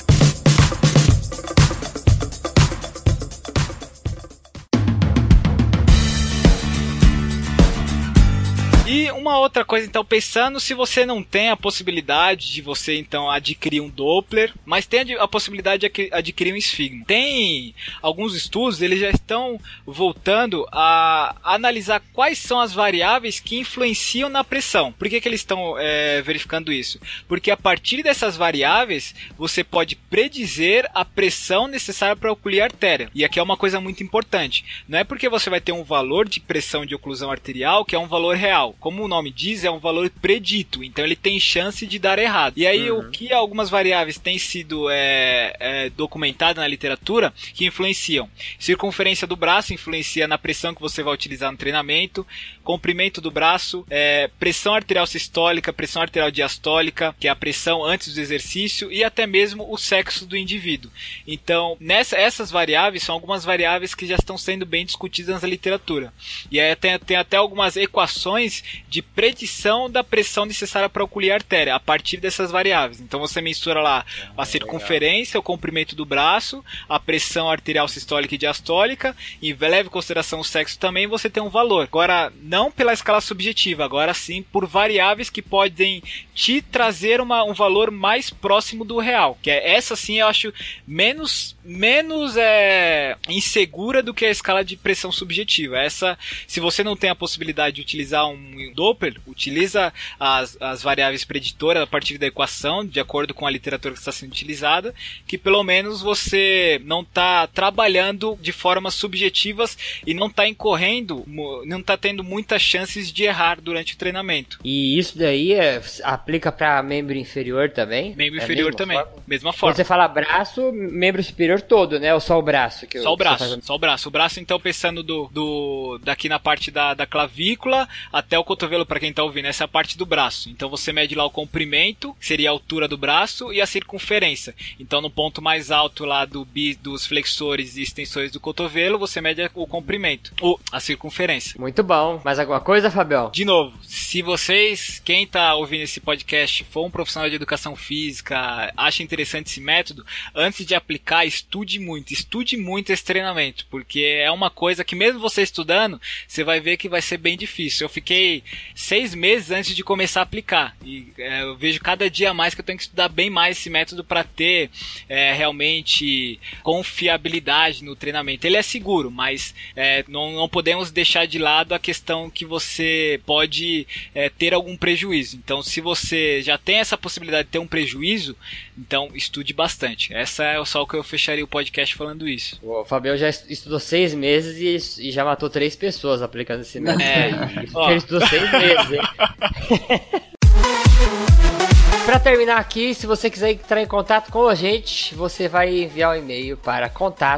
[SPEAKER 4] E uma outra coisa, então, pensando se você não tem a possibilidade de você, então, adquirir um Doppler, mas tem a possibilidade de adquirir um esfigmo. Tem alguns estudos, eles já estão voltando a analisar quais são as variáveis que influenciam na pressão. Por que eles estão verificando isso? Porque a partir dessas variáveis, você pode predizer a pressão necessária para ocluir a artéria. E aqui é uma coisa muito importante. Não é porque você vai ter um valor de pressão de oclusão arterial que é um valor real. Como o nome diz, é um valor predito, então ele tem chance de dar errado. E aí, o que algumas variáveis têm sido documentadas na literatura que influenciam? Circunferência do braço influencia na pressão que você vai utilizar no treinamento, comprimento do braço, pressão arterial sistólica, pressão arterial diastólica, que é a pressão antes do exercício, e até mesmo o sexo do indivíduo. Então, essas variáveis são algumas variáveis que já estão sendo bem discutidas na literatura. E aí tem até algumas equações de predição da pressão necessária para ocluir a artéria a partir dessas variáveis. Então você mensura lá a circunferência, o comprimento do braço, a pressão arterial sistólica e diastólica, e leve em consideração o sexo também, você tem um valor. Agora, não pela escala subjetiva, agora sim por variáveis que podem te trazer um valor mais próximo do real. Que essa sim eu acho menos insegura do que a escala de pressão subjetiva. Essa, se você não tem a possibilidade de utilizar um um Doppler, utiliza as variáveis preditoras a partir da equação, de acordo com a literatura que está sendo utilizada, que pelo menos você não está trabalhando de formas subjetivas e não está incorrendo, não está tendo muitas chances de errar durante o treinamento.
[SPEAKER 3] E isso daí aplica para membro inferior também?
[SPEAKER 4] Membro inferior também, mesma forma.
[SPEAKER 3] Quando você fala braço, membro superior todo, né? Ou só o braço?
[SPEAKER 4] Só o braço, só o braço. O braço, então, pensando daqui na parte da clavícula até o cotovelo, para quem tá ouvindo, essa é a parte do braço. Então você mede lá o comprimento, que seria a altura do braço, e a circunferência. Então no ponto mais alto lá dos flexores e extensores do cotovelo, você mede o comprimento, ou a circunferência.
[SPEAKER 3] Muito bom. Mais alguma coisa, Fabião?
[SPEAKER 4] De novo, se vocês, quem tá ouvindo esse podcast, for um profissional de educação física, acha interessante esse método, antes de aplicar, estude muito esse treinamento, porque é uma coisa que mesmo você estudando, você vai ver que vai ser bem difícil. Eu fiquei 6 meses antes de começar a aplicar, e eu vejo cada dia mais que eu tenho que estudar bem mais esse método para ter realmente confiabilidade no treinamento. Ele é seguro, mas não podemos deixar de lado a questão que você pode ter algum prejuízo. Então, se você já tem essa possibilidade de ter um prejuízo, então estude bastante. Essa é só o que eu fecharia o podcast falando isso.
[SPEAKER 3] O Fabião já estudou 6 meses e já matou 3 pessoas aplicando esse método. Ele estudou 6 meses, hein? Pra terminar aqui, se você quiser entrar em contato com a gente, você vai enviar um e-mail para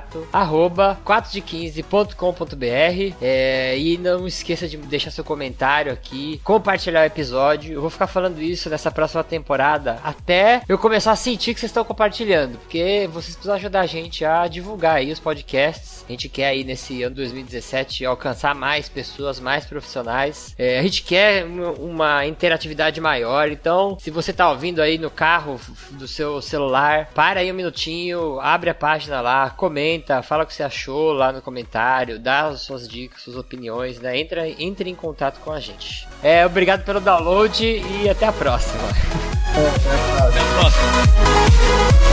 [SPEAKER 3] contato@4de15.com.br e não esqueça de deixar seu comentário aqui, compartilhar o episódio. Eu vou ficar falando isso nessa próxima temporada até eu começar a sentir que vocês estão compartilhando, porque vocês precisam ajudar a gente a divulgar aí os podcasts. A gente quer aí nesse ano 2017 alcançar mais pessoas, mais profissionais. A gente quer uma interatividade maior, então se você tá ouvindo aí no carro do seu celular, para aí um minutinho, abre a página lá, comenta, fala o que você achou lá no comentário, dá as suas dicas, suas opiniões, né? Entre em contato com a gente. Obrigado pelo download e até a próxima.
[SPEAKER 4] Até a próxima.